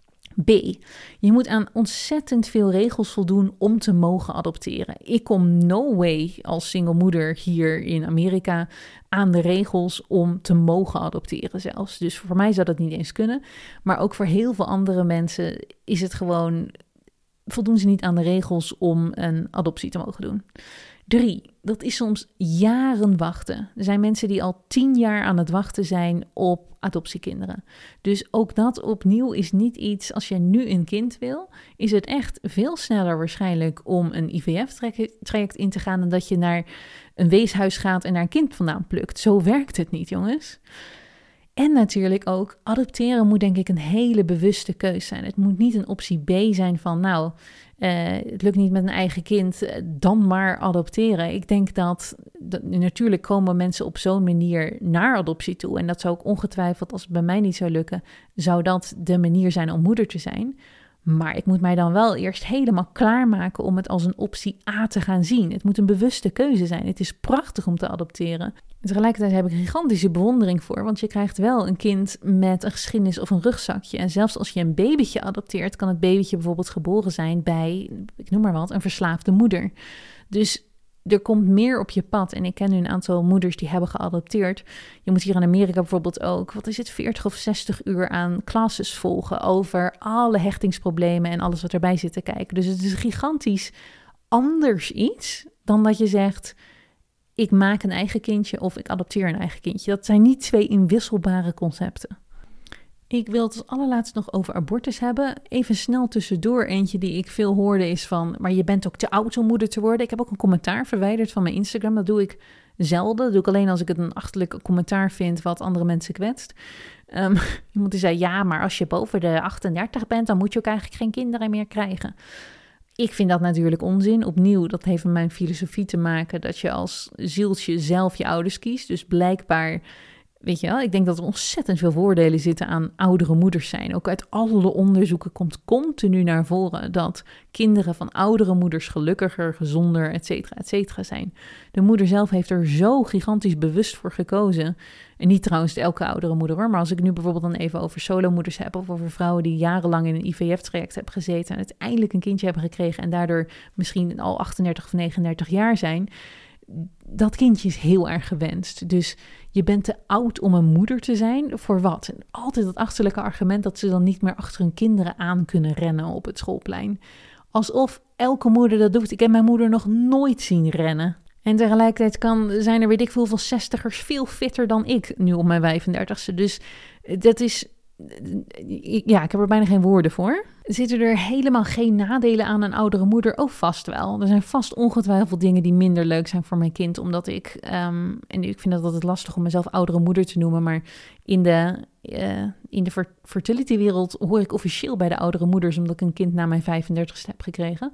B. Je moet aan ontzettend veel regels voldoen om te mogen adopteren. Ik kom no way als single moeder hier in Amerika aan de regels om te mogen adopteren zelfs. Dus voor mij zou dat niet eens kunnen. Maar ook voor heel veel andere mensen is het gewoon, voldoen ze niet aan de regels om een adoptie te mogen doen. 3, dat is soms jaren wachten. Er zijn mensen die al 10 jaar aan het wachten zijn op adoptiekinderen. Dus ook dat opnieuw is niet iets, als je nu een kind wil, is het echt veel sneller waarschijnlijk om een IVF-traject in te gaan dan dat je naar een weeshuis gaat en daar een kind vandaan plukt. Zo werkt het niet, jongens. En natuurlijk ook, adopteren moet denk ik een hele bewuste keus zijn. Het moet niet een optie B zijn van, nou, het lukt niet met een eigen kind, dan maar adopteren. Ik denk dat natuurlijk komen mensen op zo'n manier naar adoptie toe. En dat zou ook ongetwijfeld, als het bij mij niet zou lukken, zou dat de manier zijn om moeder te zijn. Maar ik moet mij dan wel eerst helemaal klaarmaken om het als een optie A te gaan zien. Het moet een bewuste keuze zijn. Het is prachtig om te adopteren. En tegelijkertijd heb ik een gigantische bewondering voor, want je krijgt wel een kind met een geschiedenis of een rugzakje. En zelfs als je een babytje adopteert, kan het babytje bijvoorbeeld geboren zijn bij, ik noem maar wat, een verslaafde moeder. Dus er komt meer op je pad. En ik ken nu een aantal moeders die hebben geadopteerd. Je moet hier in Amerika bijvoorbeeld ook, 40 of 60 uur aan classes volgen over alle hechtingsproblemen en alles wat erbij zit te kijken. Dus het is gigantisch anders iets dan dat je zegt, ik maak een eigen kindje of ik adopteer een eigen kindje. Dat zijn niet 2 inwisselbare concepten. Ik wil het als allerlaatst nog over abortus hebben. Even snel tussendoor eentje die ik veel hoorde is van, maar je bent ook te oud om moeder te worden. Ik heb ook een commentaar verwijderd van mijn Instagram. Dat doe ik zelden. Dat doe ik alleen als ik het een achterlijk commentaar vind wat andere mensen kwetst. Iemand die zei, ja, maar als je boven de 38 bent, dan moet je ook eigenlijk geen kinderen meer krijgen. Ik vind dat natuurlijk onzin. Opnieuw, dat heeft met mijn filosofie te maken dat je als zieltje zelf je ouders kiest. Dus blijkbaar, weet je wel, ik denk dat er ontzettend veel voordelen zitten aan oudere moeders zijn. Ook uit alle onderzoeken komt continu naar voren dat kinderen van oudere moeders gelukkiger, gezonder, et cetera zijn. De moeder zelf heeft er zo gigantisch bewust voor gekozen. En niet trouwens elke oudere moeder hoor, maar als ik nu bijvoorbeeld dan even over solomoeders heb of over vrouwen die jarenlang in een IVF-traject hebben gezeten en uiteindelijk een kindje hebben gekregen en daardoor misschien al 38 of 39 jaar zijn, dat kindje is heel erg gewenst. Dus je bent te oud om een moeder te zijn. Voor wat? En altijd dat achterlijke argument dat ze dan niet meer achter hun kinderen aan kunnen rennen op het schoolplein. Alsof elke moeder dat doet. Ik heb mijn moeder nog nooit zien rennen. En tegelijkertijd zijn er weet ik veel 60ers veel fitter dan ik nu op mijn 35ste. Dus dat is... Ja, ik heb er bijna geen woorden voor. Zitten er helemaal geen nadelen aan een oudere moeder? Oh, vast wel. Er zijn vast ongetwijfeld dingen die minder leuk zijn voor mijn kind. Omdat ik, en ik vind dat altijd lastig om mezelf oudere moeder te noemen. Maar in de fertility wereld hoor ik officieel bij de oudere moeders. Omdat ik een kind na mijn 35ste heb gekregen.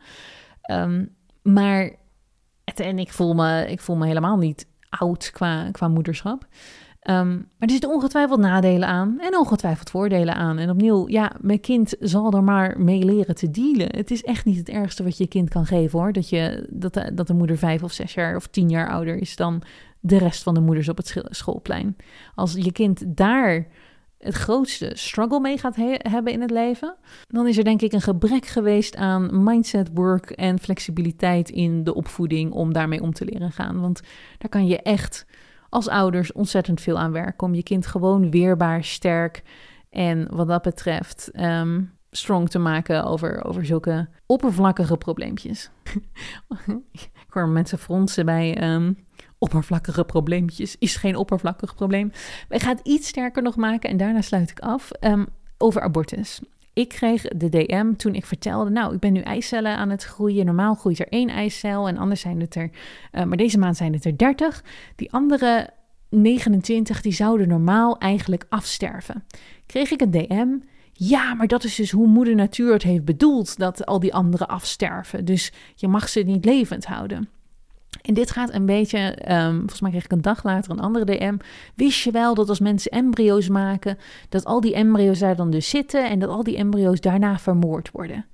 En ik voel me helemaal niet oud qua moederschap. Maar er zitten ongetwijfeld nadelen aan en ongetwijfeld voordelen aan. En opnieuw, ja, mijn kind zal er maar mee leren te dealen. Het is echt niet het ergste wat je kind kan geven hoor. Dat de moeder 5 of 6 jaar of 10 jaar ouder is dan de rest van de moeders op het schoolplein. Als je kind daar het grootste struggle mee gaat hebben in het leven, dan is er denk ik een gebrek geweest aan mindset work en flexibiliteit in de opvoeding om daarmee om te leren gaan. Want daar kan je echt als ouders ontzettend veel aan werken om je kind gewoon weerbaar, sterk en wat dat betreft strong te maken over zulke oppervlakkige probleempjes. Ik hoor mensen fronsen bij oppervlakkige probleempjes. Is geen oppervlakkig probleem. Ik ga het iets sterker nog maken en daarna sluit ik af over abortus. Ik kreeg de DM toen ik vertelde, nou, ik ben nu eicellen aan het groeien. Normaal groeit er 1 eicel en anders zijn het er, maar deze maand zijn het er 30. Die andere 29, die zouden normaal eigenlijk afsterven. Kreeg ik een DM, ja, maar dat is dus hoe moeder natuur het heeft bedoeld, dat al die anderen afsterven. Dus je mag ze niet levend houden. En dit gaat een beetje, volgens mij kreeg ik een dag later een andere DM. Wist je wel dat als mensen embryo's maken, dat al die embryo's daar dan dus zitten en dat al die embryo's daarna vermoord worden?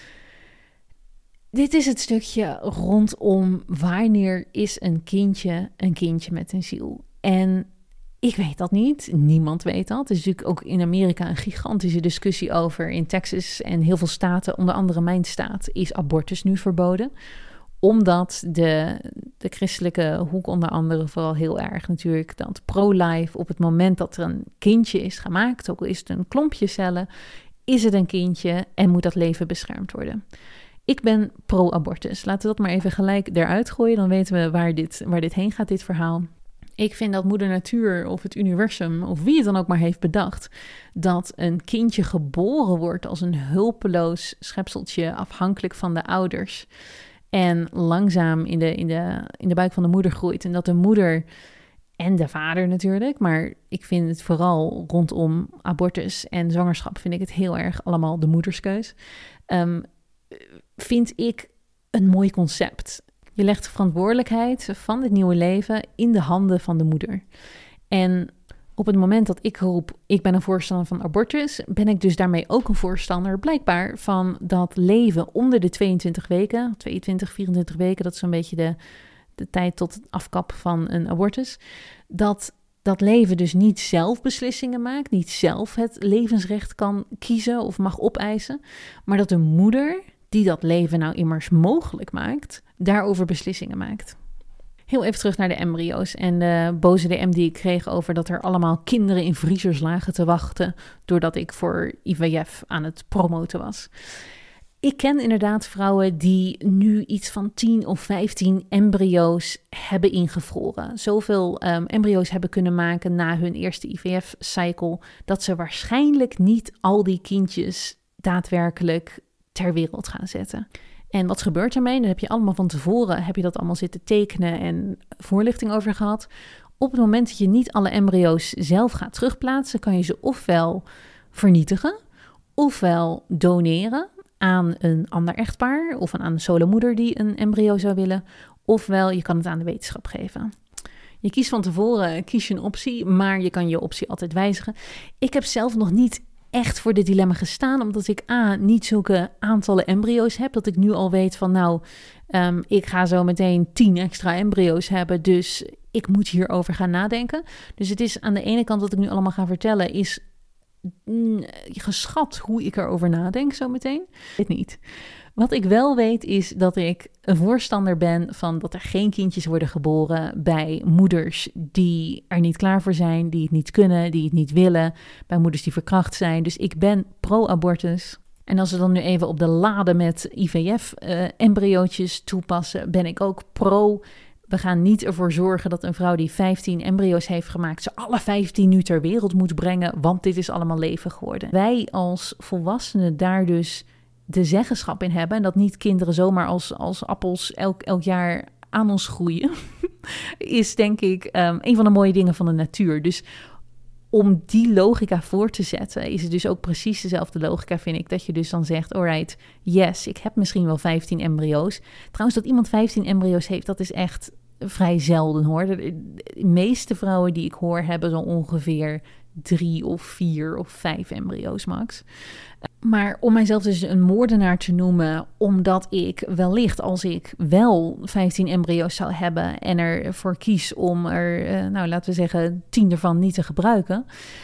Dit is het stukje rondom wanneer is een kindje met een ziel. En ik weet dat niet. Niemand weet dat. Er is natuurlijk ook in Amerika een gigantische discussie over. In Texas en heel veel staten, onder andere mijn staat, is abortus nu verboden. Omdat de christelijke hoek onder andere vooral heel erg natuurlijk dat pro-life op het moment dat er een kindje is gemaakt, ook al is het een klompje cellen, is het een kindje en moet dat leven beschermd worden. Ik ben pro-abortus. Laten we dat maar even gelijk eruit gooien. Dan weten we waar dit heen gaat, dit verhaal. Ik vind dat moeder natuur of het universum of wie het dan ook maar heeft bedacht, dat een kindje geboren wordt als een hulpeloos schepseltje afhankelijk van de ouders en langzaam in de buik van de moeder groeit. En dat de moeder en de vader natuurlijk, maar ik vind het vooral rondom abortus en zwangerschap vind ik het heel erg allemaal de moederskeus. Vind ik een mooi concept. Je legt de verantwoordelijkheid van dit nieuwe leven in de handen van de moeder. En op het moment dat ik roep, ik ben een voorstander van abortus, ben ik dus daarmee ook een voorstander, blijkbaar, van dat leven onder de 22 weken, 22, 24 weken, dat is zo'n beetje de tijd tot het afkap van een abortus, dat leven dus niet zelf beslissingen maakt, niet zelf het levensrecht kan kiezen of mag opeisen, maar dat de moeder, die dat leven nou immers mogelijk maakt, daarover beslissingen maakt. Heel even terug naar de embryo's en de boze DM die ik kreeg over dat er allemaal kinderen in vriezers lagen te wachten doordat ik voor IVF aan het promoten was. Ik ken inderdaad vrouwen die nu iets van 10 of 15 embryo's hebben ingevroren. Zoveel embryo's hebben kunnen maken na hun eerste IVF-cycle dat ze waarschijnlijk niet al die kindjes daadwerkelijk ter wereld gaan zetten. En wat gebeurt ermee? Dan heb je allemaal van tevoren, heb je dat allemaal zitten tekenen en voorlichting over gehad. Op het moment dat je niet alle embryo's zelf gaat terugplaatsen, kan je ze ofwel vernietigen, ofwel doneren aan een ander echtpaar of aan een solomoeder die een embryo zou willen, ofwel je kan het aan de wetenschap geven. Je kiest van tevoren, kies je een optie, maar je kan je optie altijd wijzigen. Ik heb zelf nog niet echt voor dit dilemma gestaan, omdat ik niet zulke aantallen embryo's heb, dat ik nu al weet van ik ga zo meteen 10 extra embryo's hebben, dus ik moet hierover gaan nadenken. Dus het is aan de ene kant wat ik nu allemaal ga vertellen, is geschat hoe ik erover nadenk zo meteen. Het niet. Wat ik wel weet is dat ik een voorstander ben van dat er geen kindjes worden geboren bij moeders die er niet klaar voor zijn, die het niet kunnen, die het niet willen, bij moeders die verkracht zijn. Dus ik ben pro-abortus. En als we dan nu even op de lade met IVF-embryootjes toepassen, ben ik ook pro. We gaan niet ervoor zorgen dat een vrouw die 15 embryo's heeft gemaakt, ze alle 15 nu ter wereld moet brengen, want dit is allemaal leven geworden. Wij als volwassenen daar dus de zeggenschap in hebben en dat niet kinderen zomaar als appels elk jaar aan ons groeien, is denk ik een van de mooie dingen van de natuur. Dus om die logica voor te zetten, is het dus ook precies dezelfde logica, vind ik, dat je dus dan zegt, alright, yes, ik heb misschien wel 15 embryo's. Trouwens, dat iemand 15 embryo's heeft, dat is echt vrij zelden, hoor. De meeste vrouwen die ik hoor, hebben zo ongeveer 3 of 4 of 5 embryo's max. Maar om mijzelf dus een moordenaar te noemen, omdat ik wellicht, als ik wel 15 embryo's zou hebben en ervoor kies om er, laten we zeggen, 10 ervan niet te gebruiken.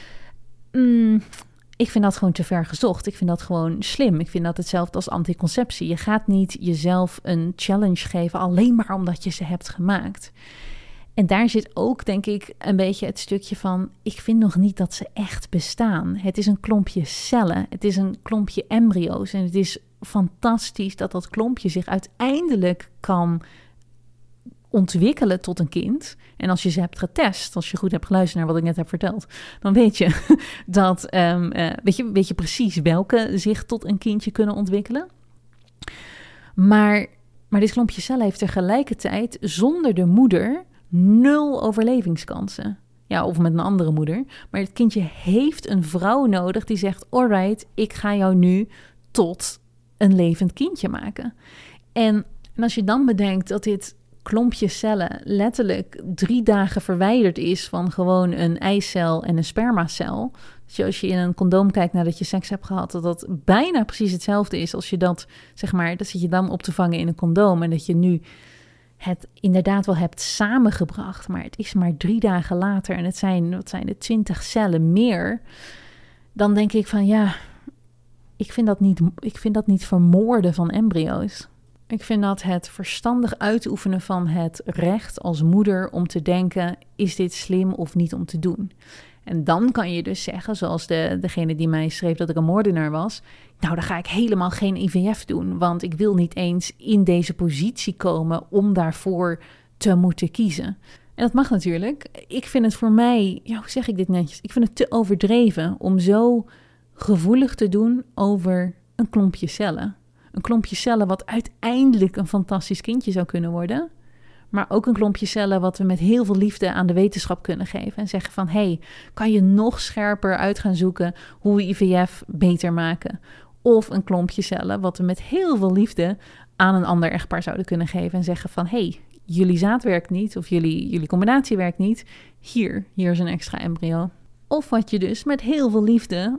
Ik vind dat gewoon te ver gezocht. Ik vind dat gewoon slim. Ik vind dat hetzelfde als anticonceptie. Je gaat niet jezelf een challenge geven alleen maar omdat je ze hebt gemaakt. En daar zit ook, denk ik, een beetje het stukje van, ik vind nog niet dat ze echt bestaan. Het is een klompje cellen, het is een klompje embryo's. En het is fantastisch dat dat klompje zich uiteindelijk kan ontwikkelen tot een kind. En als je ze hebt getest, als je goed hebt geluisterd naar wat ik net heb verteld, dan weet je dat, weet je precies welke zich tot een kindje kunnen ontwikkelen. Maar dit klompje cellen heeft tegelijkertijd zonder de moeder 0 overlevingskansen. Ja, of met een andere moeder. Maar het kindje heeft een vrouw nodig die zegt, alright, ik ga jou nu tot een levend kindje maken. En als je dan bedenkt dat dit klompje cellen letterlijk 3 dagen verwijderd is van gewoon een eicel en een spermacel. Dus als je in een condoom kijkt nadat je seks hebt gehad, dat bijna precies hetzelfde is als je dat, zeg maar, dat zit je dan op te vangen in een condoom en dat je nu het inderdaad wel hebt samengebracht, maar het is maar 3 dagen later en het zijn, wat zijn het, 20 cellen meer. Dan denk ik van ja, ik vind dat niet vermoorden van embryo's. Ik vind dat het verstandig uitoefenen van het recht als moeder om te denken, is dit slim of niet om te doen? En dan kan je dus zeggen, zoals degene die mij schreef dat ik een moordenaar was, nou dan ga ik helemaal geen IVF doen, want ik wil niet eens in deze positie komen om daarvoor te moeten kiezen. En dat mag natuurlijk. Ik vind het voor mij, ja, hoe zeg ik dit netjes? Ik vind het te overdreven om zo gevoelig te doen over een klompje cellen. Een klompje cellen wat uiteindelijk een fantastisch kindje zou kunnen worden. Maar ook een klompje cellen wat we met heel veel liefde aan de wetenschap kunnen geven. En zeggen van, hey, kan je nog scherper uit gaan zoeken hoe we IVF beter maken? Of een klompje cellen wat we met heel veel liefde aan een ander echtpaar zouden kunnen geven. En zeggen van, hey, jullie zaad werkt niet of jullie combinatie werkt niet. Hier is een extra embryo. Of wat je dus met heel veel liefde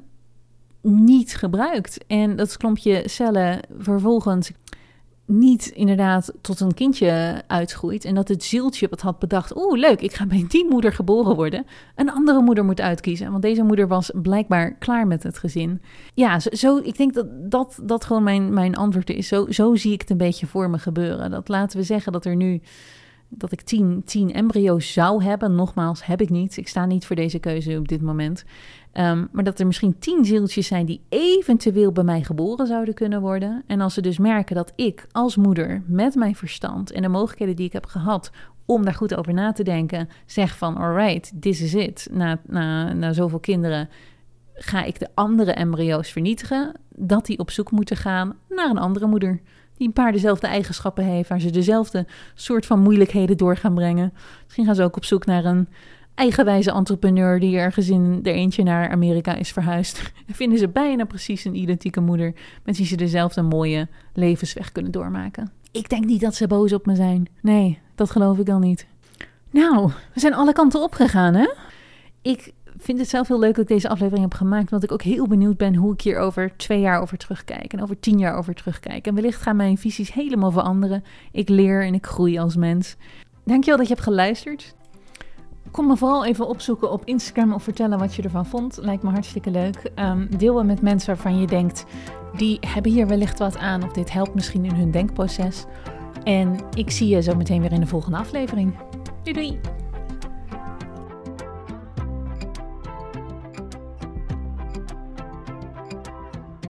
niet gebruikt. En dat klompje cellen vervolgens niet inderdaad tot een kindje uitgroeit. En dat het zieltje wat had bedacht, leuk, ik ga bij die moeder geboren worden, een andere moeder moet uitkiezen. Want deze moeder was blijkbaar klaar met het gezin. Ja, zo ik denk dat gewoon mijn antwoord is. Zo zie ik het een beetje voor me gebeuren. Dat laten we zeggen dat ik 10 embryo's zou hebben. Nogmaals, heb ik niet. Ik sta niet voor deze keuze op dit moment. Maar dat er misschien 10 zieltjes zijn die eventueel bij mij geboren zouden kunnen worden. En als ze dus merken dat ik als moeder met mijn verstand en de mogelijkheden die ik heb gehad om daar goed over na te denken, zeg van alright, this is it. Na zoveel kinderen ga ik de andere embryo's vernietigen, dat die op zoek moeten gaan naar een andere moeder. die een paar dezelfde eigenschappen heeft, waar ze dezelfde soort van moeilijkheden door gaan brengen. Misschien gaan ze ook op zoek naar een eigenwijze entrepreneur die ergens in er eentje naar Amerika is verhuisd. En vinden ze bijna precies een identieke moeder met wie ze dezelfde mooie levensweg kunnen doormaken. Ik denk niet dat ze boos op me zijn. Nee, dat geloof ik al niet. Nou, we zijn alle kanten opgegaan, hè? Ik vind het zelf heel leuk dat ik deze aflevering heb gemaakt, want ik ook heel benieuwd ben hoe ik hier over 2 jaar over terugkijk en over 10 jaar over terugkijk. En wellicht gaan mijn visies helemaal veranderen. Ik leer en ik groei als mens. Dankjewel dat je hebt geluisterd. Kom me vooral even opzoeken op Instagram of vertellen wat je ervan vond. Lijkt me hartstikke leuk. Deel het met mensen waarvan je denkt, die hebben hier wellicht wat aan of dit helpt misschien in hun denkproces. En ik zie je zo meteen weer in de volgende aflevering. Doei doei!